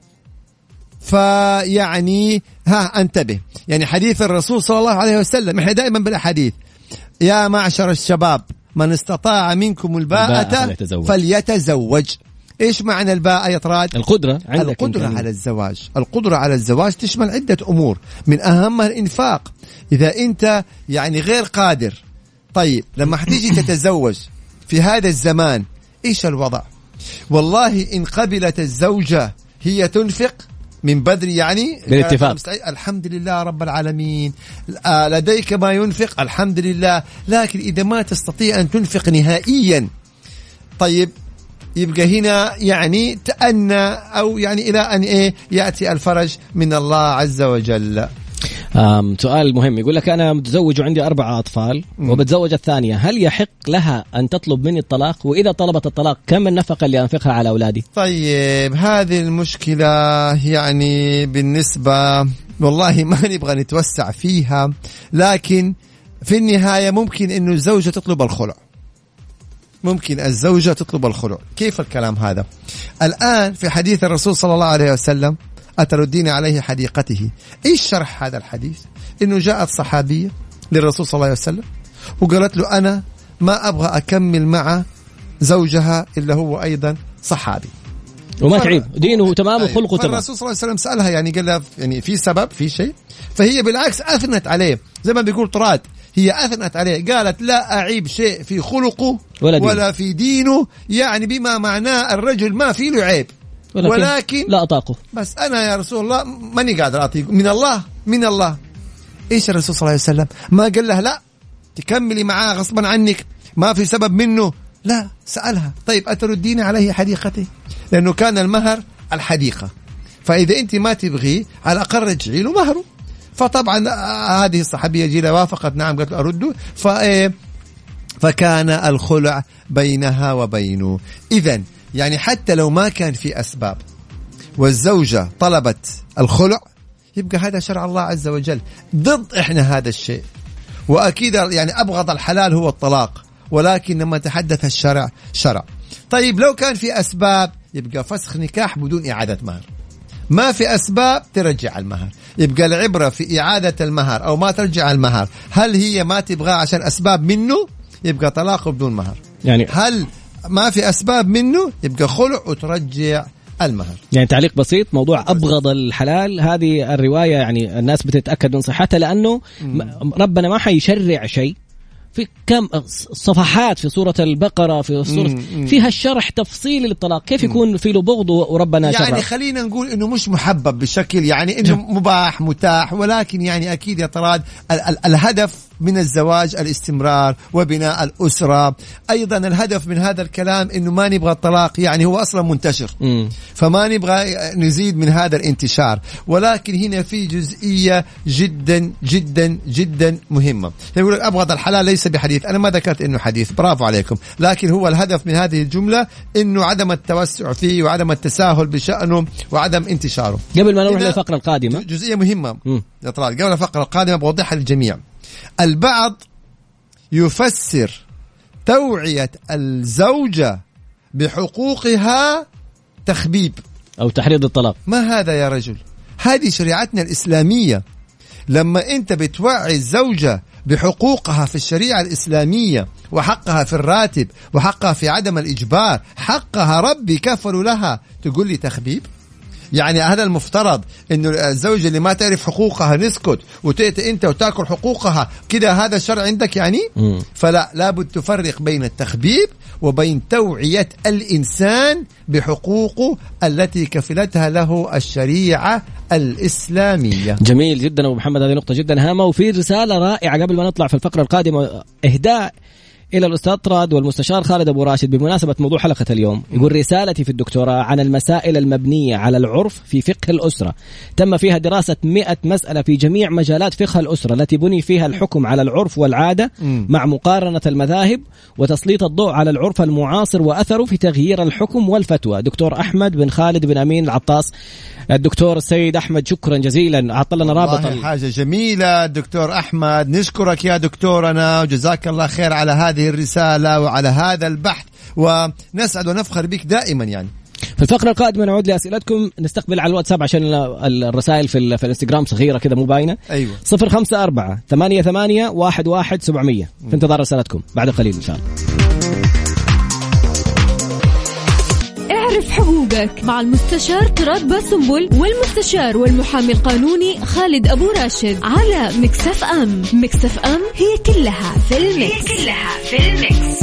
فيعني ها انتبه. يعني حديث الرسول صلى الله عليه وسلم، احنا دائما بالأحاديث يا معشر الشباب من استطاع منكم الباءة فليتزوج. ايش معنى الباءة يا طراد؟ القدرة عندك، القدرة على الزواج. القدرة على الزواج تشمل عدة أمور، من أهمها الإنفاق. إذا أنت يعني غير قادر، طيب لما حتيجي تتزوج في هذا الزمان إيش الوضع؟ والله إن قبلت الزوجة هي تنفق من بدري يعني بالاتفاق، الحمد لله رب العالمين، لديك ما ينفق الحمد لله. لكن إذا ما تستطيع أن تنفق نهائيا، طيب يبقى هنا يعني تأنى أو يعني إلى أن إيه يأتي الفرج من الله عز وجل. آم سؤال مهم، يقول لك أنا متزوج وعندي أربعة أطفال م. وبتزوج الثانية، هل يحق لها أن تطلب مني الطلاق؟ وإذا طلبت الطلاق كم النفقة اللي أنفقها على أولادي؟ طيب هذه المشكلة يعني بالنسبة والله ما نبغى نتوسع فيها، لكن في النهاية ممكن إنه الزوجة تطلب الخلع، ممكن الزوجة تطلب الخلع. كيف الكلام هذا؟ الآن في حديث الرسول صلى الله عليه وسلم أتردين عليه حديقته. إيش شرح هذا الحديث؟ إنه جاءت صحابية للرسول صلى الله عليه وسلم وقالت له أنا ما أبغى أكمل مع زوجها اللي هو أيضا صحابي وما تعيب دينه تمام وخلقه تمام. الرسول صلى الله عليه وسلم سألها يعني قال لها يعني في سبب في شيء، فهي بالعكس أثنت عليه زي ما بيقول طراد، هي أثنت عليه قالت لا أعيب شيء في خلقه ولا, ولا في دينه، يعني بما معناه الرجل ما فيه له عيب ولكن, ولكن لا أطاقه، بس أنا يا رسول الله ماني قادر أطيق من الله من الله. إيش الرسول صلى الله عليه وسلم ما قال له لا تكملي معاه غصبا عنك ما في سبب منه، لا سألها طيب أتردين عليه حديقته، لأنه كان المهر الحديقة، فإذا أنت ما تبغيه على الأقل رجعي له مهره. فطبعا هذه الصحابية جيلة وافقت نعم قالت أرده، فكان الخلع بينها وبينه. إذن يعني حتى لو ما كان في أسباب والزوجة طلبت الخلع يبقى هذا شرع الله عز وجل، ضد إحنا هذا الشيء، وأكيد يعني أبغض الحلال هو الطلاق، ولكن لما تحدث الشرع شرع. طيب لو كان في أسباب يبقى فسخ نكاح بدون إعادة مهر، ما في أسباب ترجع المهر، يبقى العبرة في إعادة المهر أو ما ترجع المهر. هل هي ما تبغى عشان أسباب منه يبقى طلاق بدون مهر، يعني هل ما في أسباب منه يبقى خلع وترجع المهر. يعني تعليق بسيط، موضوع أبغض الحلال هذه الرواية يعني الناس بتتأكد من صحتها، لأنه م. ربنا ما حيشرع شيء في كم صفحات في سورة البقرة في سورة مم. فيها الشرح تفصيلي للطلاق، كيف يكون في له بغض وربنا شرع. يعني خلينا نقول إنه مش محبب بشكل يعني إنه مباح متاح، ولكن يعني أكيد يا طراد ال- ال- الهدف من الزواج الاستمرار وبناء الأسرة. أيضا الهدف من هذا الكلام إنه ما نبغى الطلاق، يعني هو أصلا منتشر مم. فما نبغى نزيد من هذا الانتشار، ولكن هنا في جزئية جدا جدا جدا مهمة. يقول لك أبغض الحلال ليس بحديث، أنا ما ذكرت إنه حديث، برافو عليكم، لكن هو الهدف من هذه الجملة إنه عدم التوسع فيه وعدم التساهل بشأنه وعدم انتشاره. قبل ما نروح للفقرة القادمة جزئية مهمة يا طلال، قبل الفقرة القادمة بوضحها للجميع. البعض يفسر توعية الزوجة بحقوقها تخبيب أو تحريض الطلاق. ما هذا يا رجل؟ هذه شريعتنا الإسلامية. لما أنت بتوعي الزوجة بحقوقها في الشريعة الإسلامية وحقها في الراتب وحقها في عدم الإجبار، حقها ربي كفل لها، تقول لي تخبيب؟ يعني هذا المفترض إنه الزوجة اللي ما تعرف حقوقها نسكت وتأتي أنت وتأكل حقوقها كده، هذا الشرع عندك يعني؟ م. فلا، لابد تفرق بين التخبيب وبين توعية الإنسان بحقوقه التي كفلتها له الشريعة الإسلامية. جميل جدا أبو محمد، هذه نقطة جدا هامة. وفي رسالة رائعة قبل ما نطلع في الفقرة القادمة، إهداء إلى الأستاذ طراد والمستشار خالد أبو راشد بمناسبة موضوع حلقة اليوم. يقول رسالتي في الدكتوراه عن المسائل المبنية على العرف في فقه الأسرة، تم فيها دراسة مئة مسألة في جميع مجالات فقه الأسرة التي بني فيها الحكم على العرف والعادة م. مع مقارنة المذاهب وتسليط الضوء على العرف المعاصر وأثره في تغيير الحكم والفتوى. دكتور أحمد بن خالد بن أمين العطاس. الدكتور السيد أحمد شكرا جزيلا، عطلنا رابط. حاجة جميلة دكتور أحمد، نشكرك يا دكتورنا وجزاك الله خير على هذه الرسالة وعلى هذا البحث، ونسعد ونفخر بك دائما. يعني في الفقرة القادمة نعود لأسئلتكم، نستقبل على الواتساب عشان الرسائل في, في الانستغرام صغيرة كذا مو باينة. أيوة. صفر خمسة أربعة ثمانية ثمانية واحد واحد سبعمية. في انتظار رسالتكم بعد قليل إن شاء الله. اعرف حقوقك مع المستشار طراد باسنبل والمستشار والمحامي القانوني خالد أبو راشد على مكسف أم. مكسف أم هي كلها في المكس. هي كلها في المكس.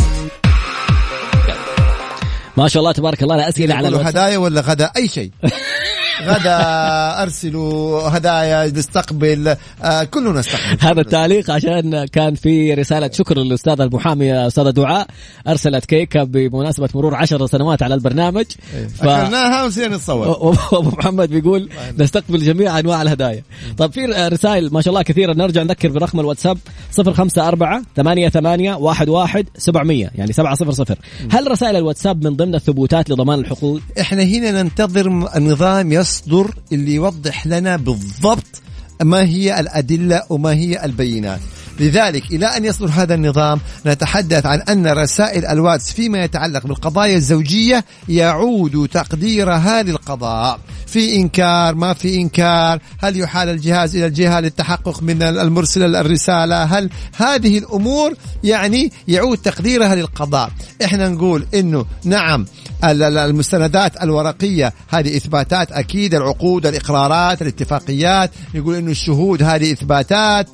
ما شاء الله تبارك الله. لا أسئلة على الواتساب. هدايا ولا غدا أي شيء؟ غدا أرسلوا هدايا نستقبل، آه كلنا نستقبل. هذا التعليق عشان كان في رسالة شكر للأستاذ المحامي أستاذ دعاء، أرسلت كيكة بمناسبة مرور عشر سنوات على البرنامج ف... أكلناها ونسينا نتصور. أبو محمد بيقول نستقبل جميع أنواع الهدايا. طب في رسائل ما شاء الله كثيرة، نرجع نذكر برقم الواتساب صفر خمسة أربعة ثمانية ثمانية واحد واحد سبعمية، يعني سبعة صفر صفر. هل رسائل الواتساب من ضمن الثبوتات لضمان الحقوق؟ إحنا هنا ننتظر النظام يصدر اللي يوضح لنا بالضبط ما هي الأدلة وما هي البينات. لذلك إلى أن يصدر هذا النظام نتحدث عن أن رسائل الواتس فيما يتعلق بالقضايا الزوجية يعود تقديرها للقضاء، في إنكار ما في إنكار، هل يحال الجهاز إلى الجهة للتحقق من المرسل الرسالة، هل هذه الأمور يعني يعود تقديرها للقضاء. إحنا نقول إنه نعم المستندات الورقية هذه إثباتات أكيد، العقود الإقرارات الاتفاقيات نقول إنه الشهود هذه إثباتات،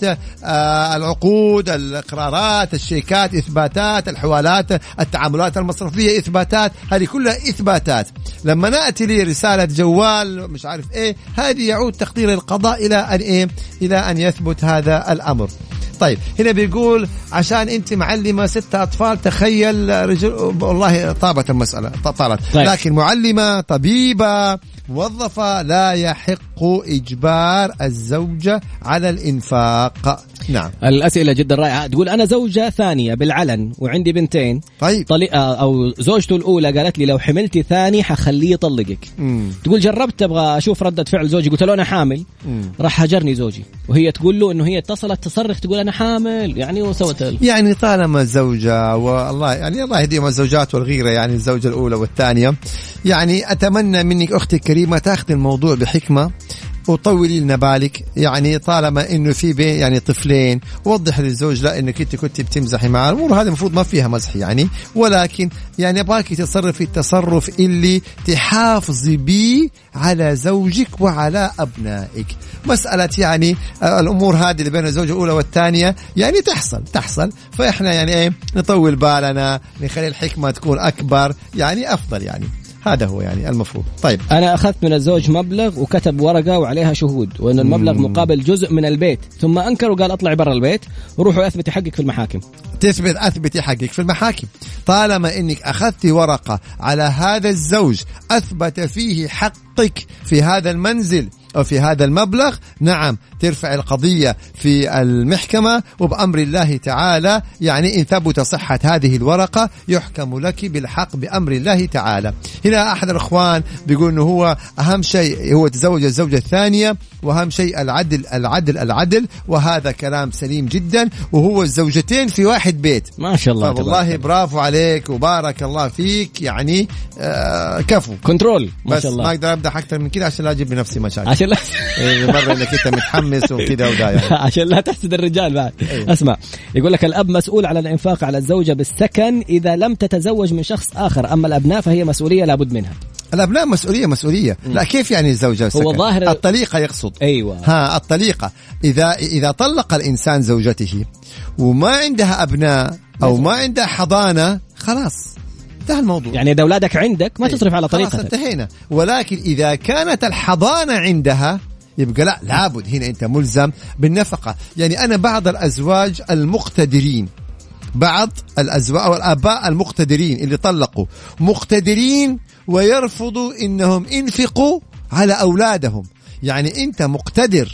آه العقود الإقرارات الشيكات إثباتات، الحوالات التعاملات المصرفية إثباتات، هذه كلها إثباتات. لما نأتي لي رسالة جوال مش عارف إيه، هذه يعود تقدير القضاء إلى أن إيه إلى أن يثبت هذا الأمر. طيب هنا بيقول عشان انت معلمة ستة أطفال تخيل رجل، والله طابت المسألة طالت. طيب. لكن معلمة طبيبة موظفة لا يحق إجبار الزوجة على الإنفاق. نعم الأسئلة جدا رائعة. تقول أنا زوجة ثانية بالعلن وعندي بنتين. طيب طلق أو زوجته الأولى قالت لي لو حملتي ثاني حخليه يطلقك. مم. تقول جربت أبغى أشوف ردة فعل زوجي، قلت له أنا حامل. مم. راح هجرني زوجي، وهي تقول له إنه هي اتصلت تصرخ تقول أنا حامل يعني وسوت يعني طالما زوجة والله يعني الله يهديهم الزوجات والغيرة، يعني الزوجة الأولى والثانية، يعني أتمنى منك أختي الكريمة تأخذ الموضوع بحكمة وطولي لنا بالك. يعني طالما انه في بين يعني طفلين وضح للزوج لا انك انت كنت بتمزحي معه، الامور هذه المفروض ما فيها مزح يعني، ولكن يعني ابغاك تتصرفي التصرف اللي تحافظي به على زوجك وعلى ابنائك. مساله يعني الامور هذه اللي بين الزوجه الاولى والثانيه يعني تحصل تحصل فاحنا يعني ايه نطول بالنا، نخلي الحكمه تكون اكبر يعني افضل، يعني هذا هو يعني المفروض. طيب أنا أخذت من الزوج مبلغ وكتب ورقة وعليها شهود وأن المبلغ مم. مقابل جزء من البيت، ثم أنكر وقال أطلع برا البيت وروحوا أثبتي حقك في المحاكم. تثبت أثبتي حقك في المحاكم طالما أنك أخذتي ورقة على هذا الزوج أثبت فيه حقك في هذا المنزل أو في هذا المبلغ، نعم ترفع القضية في المحكمة وبأمر الله تعالى، يعني إن ثبت صحة هذه الورقة يحكم لك بالحق بأمر الله تعالى. هنا أحد الأخوان بيقول إنه هو أهم شيء هو تزوج الزوجة الثانية وأهم شيء العدل العدل العدل، وهذا كلام سليم جدا، وهو الزوجتين في واحد بيت ما شاء الله. والله برافو عليك وبارك الله فيك، يعني آه كفو كنترول ما بس شاء الله. ما أقدر أبدأ أكثر من كده عشان لا أجيب لنفسي مشاكل، عشان لا مرة إنك أنت متحمس وكذا ودا يعني. عشان لا تحسد الرجال بعد. أيوه. أسمع يقول لك الأب مسؤول على الإنفاق على الزوجة بالسكن إذا لم تتزوج من شخص آخر، أما الأبناء فهي مسؤولية لابد منها. الأبناء مسؤولية مسؤولية م. لا كيف يعني الزوجة والسكن؟ هو ظاهر الطليقة يقصد. أيوة ها الطليقة إذا إذا طلق الإنسان زوجته وما عندها أبناء أو ما عندها حضانة خلاص انتهى الموضوع. يعني إذا أولادك عندك ما تصرف على طريقتك خلاص انتهينا. ولكن إذا كانت الحضانة عندها يبقى لا لابد هنا أنت ملزم بالنفقة. يعني أنا بعض الأزواج المقتدرين بعض الأزواج أو الآباء المقتدرين اللي طلقوا مقتدرين ويرفضوا إنهم ينفقوا على أولادهم. يعني أنت مقتدر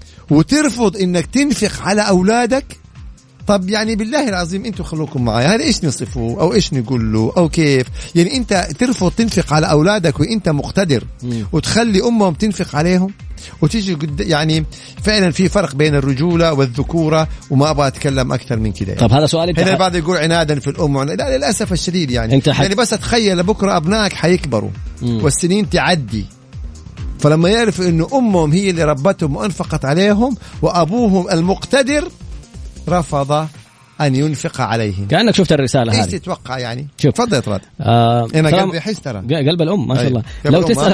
وترفض إنك تنفق على أولادك، طب يعني بالله العظيم أنتوا خلوكم معي، هذا إيش نصفه أو إيش نقول له أو كيف؟ يعني أنت ترفض تنفق على أولادك وأنت مقتدر وتخلي أمهم تنفق عليهم وتيجي قد يعني فعلا في فرق بين الرجولة والذكورة، وما أبغى أتكلم أكثر من كده. طب هذا سؤال هنا البعض يقول عنادا في الأم، لا للأسف الشديد يعني انت يعني بس أتخيل بكرة أبنائك حيكبروا مم. والسنين تعدي، فلما يعرف إنه أمهم هي اللي ربتهم وأنفقت عليهم وأبوهم المقتدر رفض أن ينفق عليهم. كأنك شفت الرسالة هذه. إيش تتوقع يعني؟ شوف تفضل يا طراد. آه أنا قلبي حس ترى. قلب الأم ما شاء الله. أيوه. لو تسأل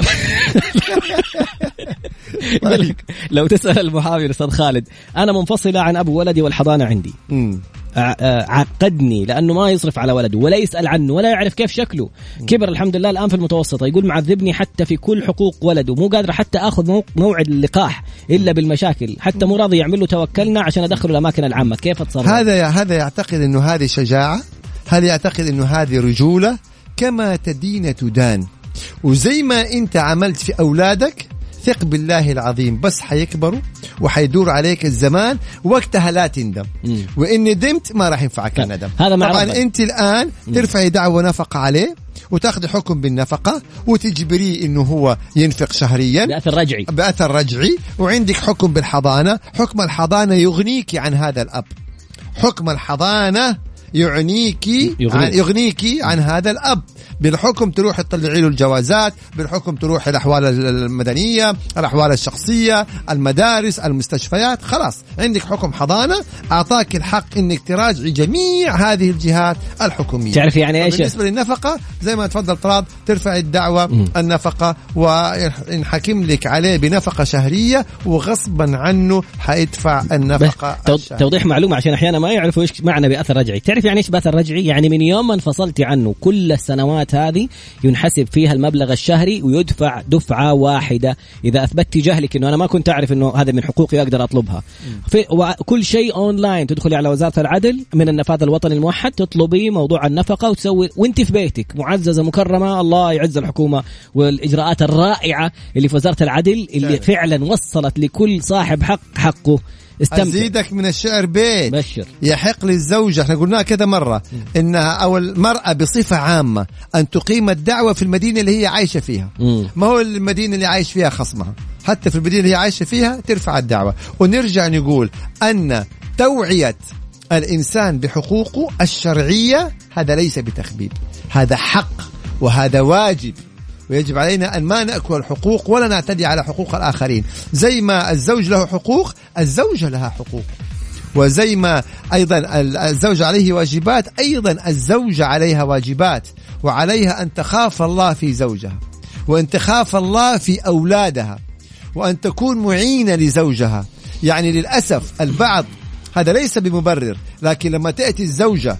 لو تسأل المحامي الأستاذ خالد أنا منفصلة عن أبو ولدي والحضانة عندي. مم. عقدني لأنه ما يصرف على ولده ولا يسأل عنه ولا يعرف كيف شكله، كبر الحمد لله الآن في المتوسطة، يقول معذبني حتى في كل حقوق ولده، مو قادر حتى أخذ موعد اللقاح إلا بالمشاكل، حتى مو راضي يعمل له توكلنا عشان أدخله الأماكن العامة. كيف أتصرف؟ هذا هذا يعتقد إنه هذه شجاعة، هذا يعتقد إنه هذه رجولة. كما تدين تدان، وزي ما أنت عملت في أولادك ثق بالله العظيم بس حيكبروا وحيدور عليك الزمان وقتها لا تندم، مم. وإن ندمت ما راح ينفعك الندم. هذا طبعا أنت الآن ترفعي دعوة نفقة عليه وتاخذ حكم بالنفقة وتجبريه إنه هو ينفق شهريا بأثر رجعي بأثر رجعي وعندك حكم بالحضانة، حكم الحضانة يغنيك عن هذا الأب. حكم الحضانة يعنيكي يغني. عن يغنيكي عن هذا الأب. بالحكم تروح تطلعي له الجوازات، بالحكم تروح الأحوال المدنية، الأحوال الشخصية، المدارس، المستشفيات، خلاص عندك حكم حضانة أعطاك الحق إنك تراجعي جميع هذه الجهات الحكومية. تعرف يعني إيش؟ بالنسبة للنفقة زي ما تفضل طراد، ترفع الدعوة م. النفقة وإنحكم لك عليه بنفقة شهرية وغصبا عنه حيدفع النفقة. توضيح معلومة عشان أحيانا ما يعرفوا إيش معنى بأثر رجعي. تعرف يعني إيش بأثر رجعي؟ يعني من يوم ما انفصلتي عنه كل السنوات هذه ينحسب فيها المبلغ الشهري ويدفع دفعة واحدة إذا أثبتي جهلك إنه أنا ما كنت أعرف إنه هذا من حقوقي أقدر أطلبها. في وكل شيء أونلاين، تدخلي على وزارة العدل من النفاذ الوطني الموحد تطلبي موضوع النفقة وتسوي وانت في بيتك معززة مكرمة. الله يعز الحكومة والإجراءات الرائعة اللي في وزارة العدل اللي فعلا وصلت لكل صاحب حق حقه. استمتع. أزيدك من الشعر بيت بشر. يحق للزوجة، احنا قلناها كذا مرة م. إنها أو المرأة بصفة عامة أن تقيم الدعوة في المدينة اللي هي عايشة فيها م. ما هو المدينة اللي عايش فيها خصمها، حتى في المدينة اللي هي عايشة فيها ترفع الدعوة. ونرجع نقول أن توعية الإنسان بحقوقه الشرعية هذا ليس بتخبيب، هذا حق وهذا واجب، ويجب علينا أن ما نأكل الحقوق ولا نعتدي على حقوق الآخرين. زي ما الزوج له حقوق الزوجة لها حقوق، وزي ما أيضا الزوج عليه واجبات أيضا الزوجة عليها واجبات، وعليها أن تخاف الله في زوجها، وأن تخاف الله في أولادها، وأن تكون معينة لزوجها. يعني للأسف البعض هذا ليس بمبرر، لكن لما تأتي الزوجة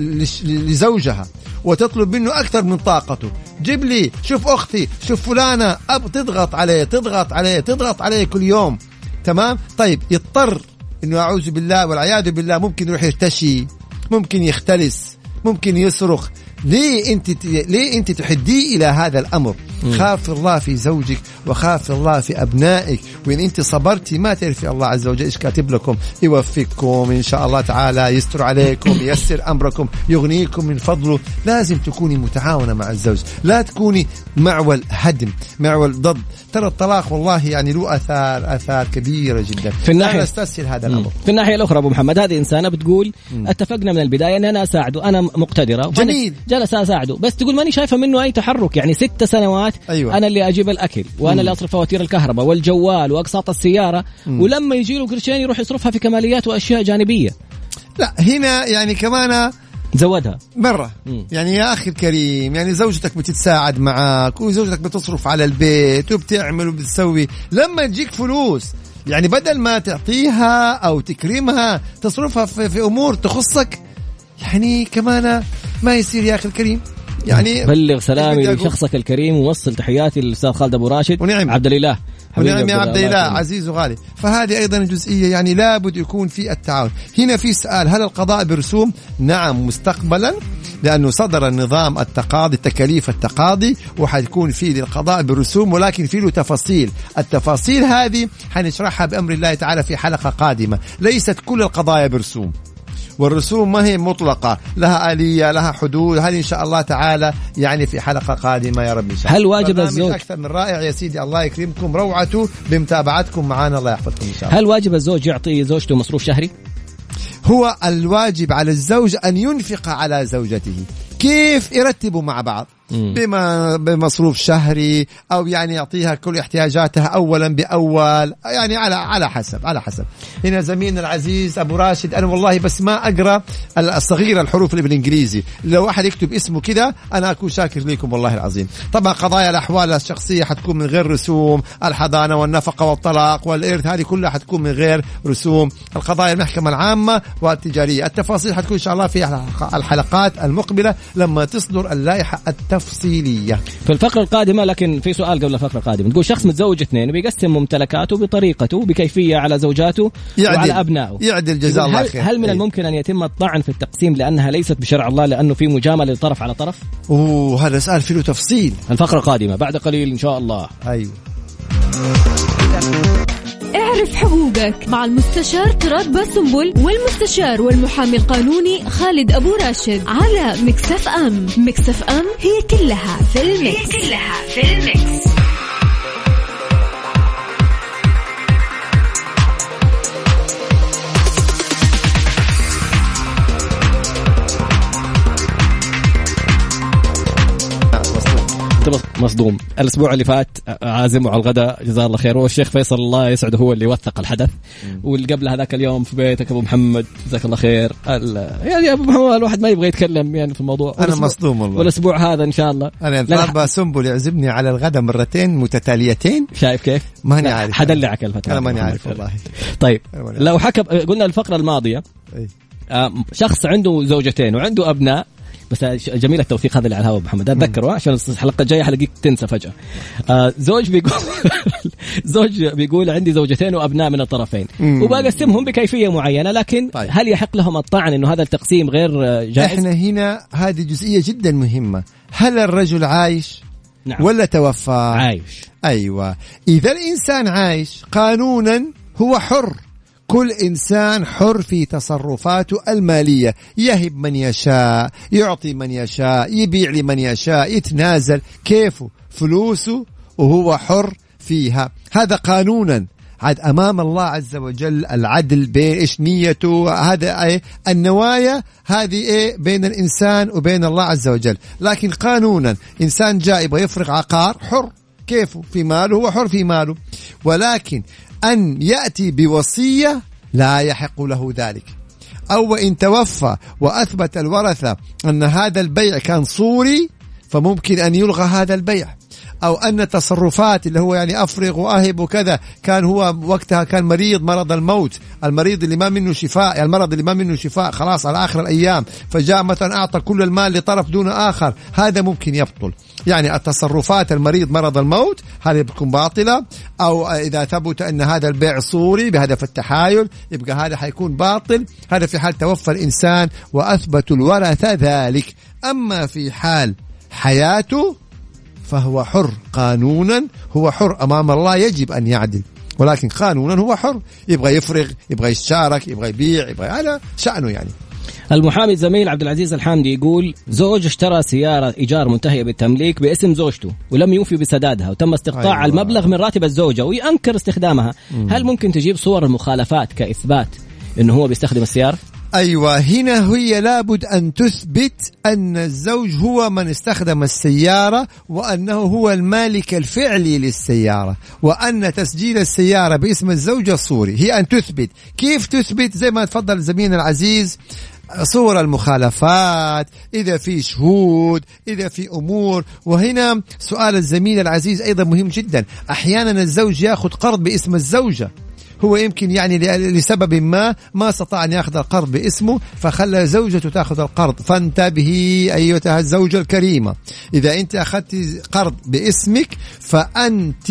لزوجها وتطلب منه أكثر من طاقته، جيب لي، شوف أختي، شوف فلانة، أب تضغط عليه تضغط عليه تضغط عليه كل يوم، تمام؟ طيب يضطر إنه أعوذ بالله والعياذ بالله ممكن يروح يرتشي، ممكن يختلس، ممكن يصرخ. ليه أنت ليه أنت تحدي إلى هذا الأمر؟ م. خاف الله في زوجك وخاف الله في أبنائك، وإن أنت صبرتي ما تعرفي الله عز وجل إيش كاتب لكم، يوفقكم إن شاء الله تعالى، يستر عليكم، ييسر أمركم، يغنيكم من فضله. لازم تكوني متعاونة مع الزوج، لا تكوني معول هدم معول ضد. ترى الطلاق والله يعني له أثار أثار كبيرة جدا. في الناحية لا نستسهل هذا الأمر. في الناحية الأخرى أبو محمد، هذه إنسانة بتقول م. اتفقنا من البداية أن أنا أساعده، أنا مقتدرة، جميل، جلس أساعده، بس تقول ماني شايفة منه أي تحرك. يعني ست سنوات أيوة. أنا اللي أجيب الأكل وأنا م. اللي أصرف فواتير الكهرباء والجوال وأقساط السيارة م. ولما يجي له قرشين يروح يصرفها في كماليات وأشياء جانبية. لا هنا يعني كمان زودها مرة م. يعني يا أخي الكريم، يعني زوجتك بتتساعد معك وزوجتك بتصرف على البيت وبتعمل وبتسوي، لما تجيك فلوس يعني بدل ما تعطيها أو تكرمها تصرفها في, في أمور تخصك، يعني كمان ما يصير يا أخي الكريم. يعني بلغ سلامي لشخصك الكريم ووصل تحياتي للأستاذ خالد أبو راشد ونعم عبد الإله. ونعم يا عبد الإله عزيز وغالي. فهذه أيضا جزئية يعني لابد يكون في التعاون. هنا في سؤال، هل القضاء برسوم؟ نعم مستقبلا، لأنه صدر النظام التقاضي تكاليف التقاضي وحيكون فيه للقضاء برسوم، ولكن فيه له تفاصيل. التفاصيل هذه حنشرحها بأمر الله تعالى في حلقة قادمة. ليست كل القضايا برسوم، والرسوم ما هي مطلقة، لها آلية لها حدود. هذه إن شاء الله تعالى يعني في حلقة قادمة يا رب إن شاء الله. هل واجب الزوج أكثر من رائع يا سيدي، الله يكرمكم، روعته بمتابعتكم معنا، الله يحفظكم إن شاء الله. هل واجب الزوج يعطي زوجته مصروف شهري؟ هو الواجب على الزوج أن ينفق على زوجته. كيف يرتبوا مع بعض؟ بما بمصروف شهري أو يعني يعطيها كل احتياجاتها أولا بأول، يعني على على حسب على حسب. هنا زميلنا العزيز أبو راشد، أنا والله بس ما أقرأ الصغيرة الحروف اللي بالإنجليزي، لو واحد يكتب اسمه كذا أنا أكون شاكر لكم والله العظيم. طبعا قضايا الأحوال الشخصية حتكون من غير رسوم، الحضانة والنفقة والطلاق والإرث هذه كلها حتكون من غير رسوم. القضايا المحكمة العامة والتجارية التفاصيل حتكون إن شاء الله في الحلقات المقبلة لما تصدر اللائحة التفصيلية في الفقرة القادمة. لكن في سؤال قبل الفقرة القادمة، تقول شخص متزوج اثنين وبيقسم ممتلكاته بطريقته بكيفية على زوجاته يعدل وعلى أبنائه، يعدل جزاه الله خير. هل من أيه. الممكن أن يتم الطعن في التقسيم لأنها ليست بشرع الله لأنه في مجاملة لطرف على طرف؟ أوه هذا سؤال فيه تفصيل. الفقرة القادمة بعد قليل إن شاء الله. أيوه. اعرف حقوقك مع المستشار تراد باسنبل والمستشار والمحامي القانوني خالد أبو راشد على مكسف أم. مكسف أم هي كلها في المكس. هي كلها في المكس. مصدوم. الأسبوع اللي فات عازمه على الغداء جزاه الله خير، والشيخ فيصل الله يسعده هو اللي وثق الحدث. واللي قبل هذاك اليوم في بيتك أبو محمد جزاك الله خير. يعني أبو محمد الواحد ما يبغى يتكلم يعني في الموضوع. أنا مصدوم والله. والأسبوع هذا إن شاء الله أنا طالبة سنبل يعزمني على الغداء مرتين متتاليتين. شايف كيف؟ ماني عارف. حدلعك الفترة. أنا ماني عارف والله. طيب لو حكى قلنا الفقرة الماضية شخص عنده زوجتين وعنده أبناء، بس جميل التوثيق هذا اللي على الهواء محمد أتذكره عشان الحلقة الجاية حلقيك تنسى فجأة. آه زوج بيقول زوج بيقول عندي زوجتين وأبناء من الطرفين وبقسمهم بكيفية معينة، لكن طيب. هل يحق لهم الطعن إنه هذا التقسيم غير جائز؟ إحنا هنا هذه جزئية جدا مهمة. هل الرجل عايش نعم. ولا توفى؟ عايش. أيوة، إذا الإنسان عايش قانونا هو حر. كل إنسان حر في تصرفاته المالية، يهب من يشاء، يعطي من يشاء، يبيع لمن يشاء، يتنازل كيفه، فلوسه وهو حر فيها. هذا قانونا عاد أمام الله عز وجل العدل بين إيش نيته، هذا إيه النوايا هذه إيه بين الإنسان وبين الله عز وجل. لكن قانونا إنسان جاء يبغى يفرغ عقار حر كيفه في ماله، هو حر في ماله. ولكن أن يأتي بوصية لا يحق له ذلك، أو إن توفى وأثبت الورثة أن هذا البيع كان صوري فممكن أن يلغى هذا البيع، أو أن تصرفات اللي هو يعني أفرغ وأهب وكذا كان هو وقتها كان مريض مرض الموت، المريض اللي ما منه شفاء، يعني المرض اللي ما منه شفاء خلاص على آخر الأيام، فجاء مثلا أعطى كل المال لطرف دون آخر، هذا ممكن يبطل. يعني التصرفات المريض مرض الموت هذه بتكون باطلة، أو إذا ثبت أن هذا البيع صوري بهدف التحايل يبقى هذا حيكون باطل. هذا في حال توفى الإنسان وأثبت الورثة ذلك. أما في حال حياته فهو حر قانونا، هو حر أمام الله يجب أن يعدل، ولكن قانونا هو حر، يبغى يفرغ، يبغى يشارك، يبغى يبيع، يبغى هذا شأنه. يعني المحامي زميل عبد العزيز الحامدي يقول زوج اشترى سيارة إيجار منتهية بالتمليك باسم زوجته ولم يوفي بسدادها وتم استقطاع أيوة. المبلغ من راتب الزوجة وينكر استخدامها. مم. هل ممكن تجيب صور المخالفات كإثبات إنه هو بيستخدم السيارة؟ أيوة، هنا هي لابد أن تثبت أن الزوج هو من استخدم السيارة وأنه هو المالك الفعلي للسيارة، وأن تسجيل السيارة باسم الزوجة صوري. هي أن تثبت. كيف تثبت؟ زي ما تفضل زميلنا العزيز، صور المخالفات، إذا في شهود، إذا في أمور. وهنا سؤال الزميل العزيز أيضا مهم جدا. أحيانا الزوج يأخذ قرض باسم الزوجة، هو يمكن يعني لسبب ما ما استطاع أن يأخذ القرض باسمه فخلى زوجته تأخذ القرض. فانتبهي أيتها الزوجة الكريمة، إذا أنت أخذت قرض باسمك فأنت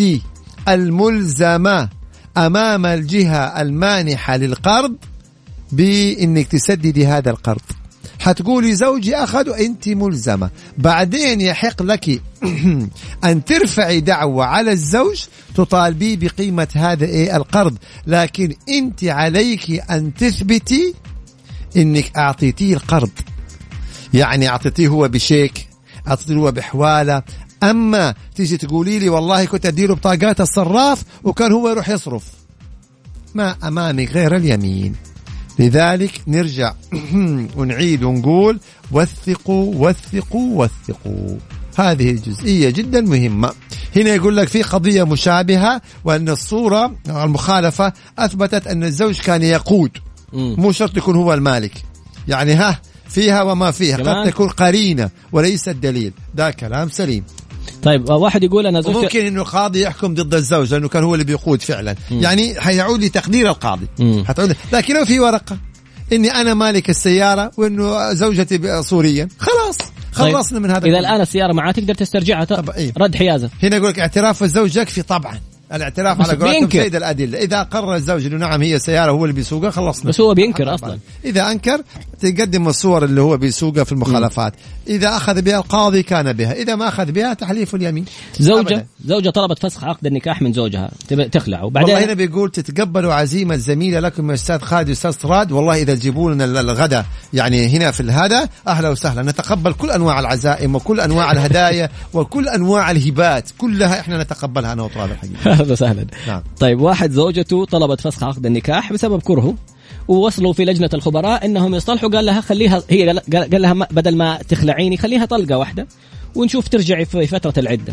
الملزمة أمام الجهة المانحة للقرض بأنك تسددي هذا القرض. حتقولي زوجي أخذ وأنت ملزمة، بعدين يحق لك أن ترفعي دعوة على الزوج تطالبي بقيمة هذا إيه القرض، لكن أنت عليك أن تثبتي أنك أعطيتيه القرض، يعني أعطيتيه هو بشيك، أعطيتيه هو بحوالة. أما تيجي تقولي لي والله كنت أديله بطاقات الصراف وكان هو يروح يصرف، ما أمامك غير اليمين. لذلك نرجع ونعيد ونقول وثقوا وثقوا وثقوا. هذه الجزئية جدا مهمة. هنا يقول لك في قضية مشابهة، وأن الصورة المخالفة أثبتت أن الزوج كان يقود، مو شرط يكون هو المالك، يعني ها فيها وما فيها، قد تكون قرينة وليس الدليل. ده كلام سليم. طيب واحد يقول أنا زوجتي، ممكن إنه القاضي يحكم ضد الزوج لأنه كان هو اللي بيقود فعلا. مم. يعني حيعود لتقدير القاضي. حتعود. لكن لو في ورقة إني أنا مالك السيارة وإنه زوجتي صوريا، خلاص خلصنا طيب. من هذا. إذا الآن السيارة معاه تقدر تسترجعها. إيه؟ رد حيازة. هنا يقولك اعتراف الزوج يكفي طبعا. الاعتراف على قولتهم سيد الأدلة. إذا قرر الزوج إنه نعم هي سيارة هو اللي بيسوقها خلصنا. بس هو بينكر أصلا. إذا أنكر تقدم الصور اللي هو بيسوقها في المخالفات. م. إذا أخذ بها القاضي كان بها، إذا ما أخذ بها تحليف اليمين. زوجة أبداً. زوجة طلبت فسخ عقد النكاح من زوجها تخلع، وبعدين والله هنا بيقول تتقبلوا عزيمة زميلة لكم من أستاذ خالد وأستاذ طراد. والله إذا تجيبوا لنا الغداء يعني هنا في الهذا أهلا وسهلا، نتقبل كل أنواع العزائم وكل أنواع الهدايا وكل أنواع الهبات كلها إحنا نتقبلها أنا وطراد الحقيقة. أهلا وسهلا. نعم. طيب واحد زوجته طلبت فسخ عقد النكاح بسبب كرهه، ووصلوا في لجنة الخبراء إنهم يصطلحوا، قال لها خليها هي قال لها بدل ما تخلعيني خليها طلقة واحدة ونشوف ترجعي في فترة العدة.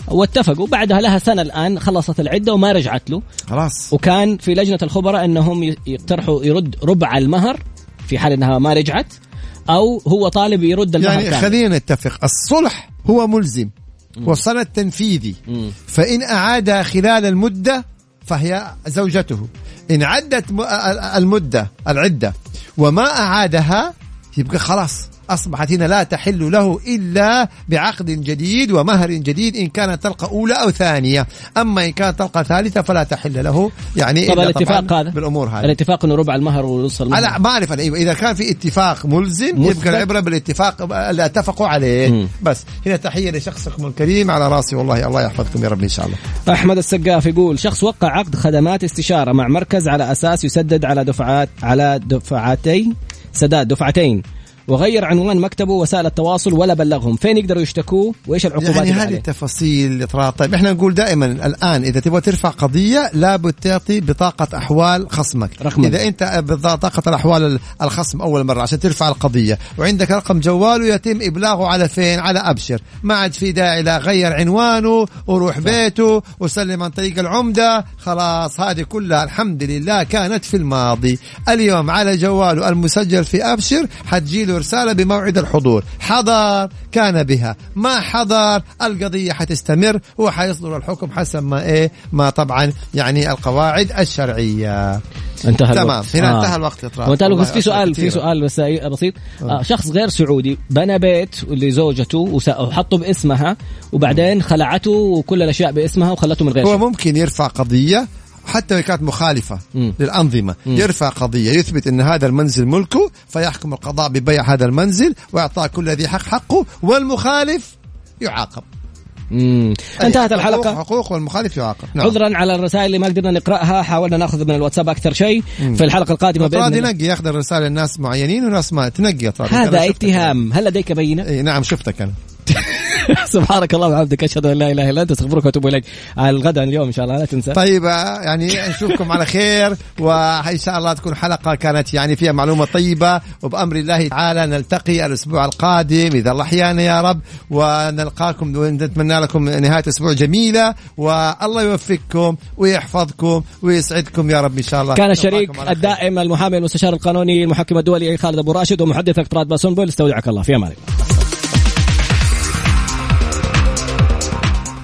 واتفقوا بعدها لها سنة الآن خلصت العدة وما رجعت له خلاص. وكان في لجنة الخبراء أنهم يقترحوا يرد ربع المهر في حال أنها ما رجعت، أو هو طالب يرد المهر يعني كامل. خلينا نتفق، الصلح هو ملزم والسند تنفيذي، فإن أعادها خلال المدة فهي زوجته، إن عدت المدة العدة وما أعادها يبقى خلاص أصبحت هنا لا تحل له إلا بعقد جديد ومهر جديد إن كانت طلقة أولى أو ثانية. أما إن كانت طلقة ثالثة فلا تحل له. يعني طبعا الاتفاق هذا بالأمور هذه، الاتفاق إنه ربع المهر ونص المهر. لا ما أعرف أنا إذا كان في اتفاق ملزم يبقى العبرة بالاتفاق اللي اتفقوا عليه. مم. بس هنا تحية لشخصكم الكريم على راسي والله، الله يحفظكم يا رب إن شاء الله. أحمد السقاف يقول شخص وقع عقد خدمات استشارة مع مركز على أساس يسدد على دفعات على دفعتين سداد دفعتين، وغير عنوان مكتبه وسائل التواصل ولا بلغهم، فين يقدروا يشتكوه وإيش العقوبات يعني اللي هذه التفاصيل. طيب احنا نقول دائما الآن إذا تبغى ترفع قضية لابد تعطي بطاقة أحوال خصمك رقمك. إذا أنت بطاقة الأحوال الخصم أول مرة عشان ترفع القضية وعندك رقم جواله يتم إبلاغه على فين؟ على أبشر. ما عاد في داعي لا غير عنوانه وروح بيته وسلم عن طريق العمدة. خلاص هذه كلها الحمد لله كانت في الماضي. اليوم على جواله المسجل في أبشر حتجيله رسالة بموعد الحضور، حضر كان بها، ما حضر القضية حتستمر وحيصدر الحكم حسب ما إيه ما طبعا يعني القواعد الشرعية. انتهى تمام الوقت. هنا آه. انتهى الوقت. وانتهى بس في سؤال في سؤال بس بسيط. آه. شخص غير سعودي بنى بيت لزوجته وحطه باسمها وبعدين خلعته وكل الأشياء باسمها وخلته من غير هو شيء. ممكن يرفع قضية حتى لو كانت مخالفة م. للأنظمة م. يرفع قضية يثبت أن هذا المنزل ملكه، فيحكم القضاء ببيع هذا المنزل وإعطاء كل ذي حق حقه، والمخالف يعاقب. امم انتهت الحلقة. حقوق والمخالف يعاقب. نعم. عذرا على الرسائل اللي ما قدرنا نقرأها، حاولنا ناخذ من الواتساب أكثر شيء. مم. في الحلقة القادمة بإذن الله تنقي ياخذ الرسائل الناس معينين وناس ما تنقي. هذا اتهام. هل لديك بينة؟ إيه نعم شفتك أنا. سبحانك اللهم وبحمدك أشهد أن لا إله إلا أنت أستغفرك وأتوب إليك. على الغداء اليوم إن شاء الله لا تنسى. طيب يعني نشوفكم على خير وإن شاء الله تكون حلقة كانت يعني فيها معلومة طيبة، وبأمر الله تعالى نلتقي الأسبوع القادم إذا الله أحيانا يا رب، ونلقاكم ونتمنى لكم نهاية أسبوع جميلة والله يوفقكم ويحفظكم ويسعدكم يا رب إن شاء الله. كان الشريك الدائم المحامي المستشار القانوني المحكم الدولي خالد أبو راشد ومحدثك طراد باسنبل. استودعك الله في أمان الله.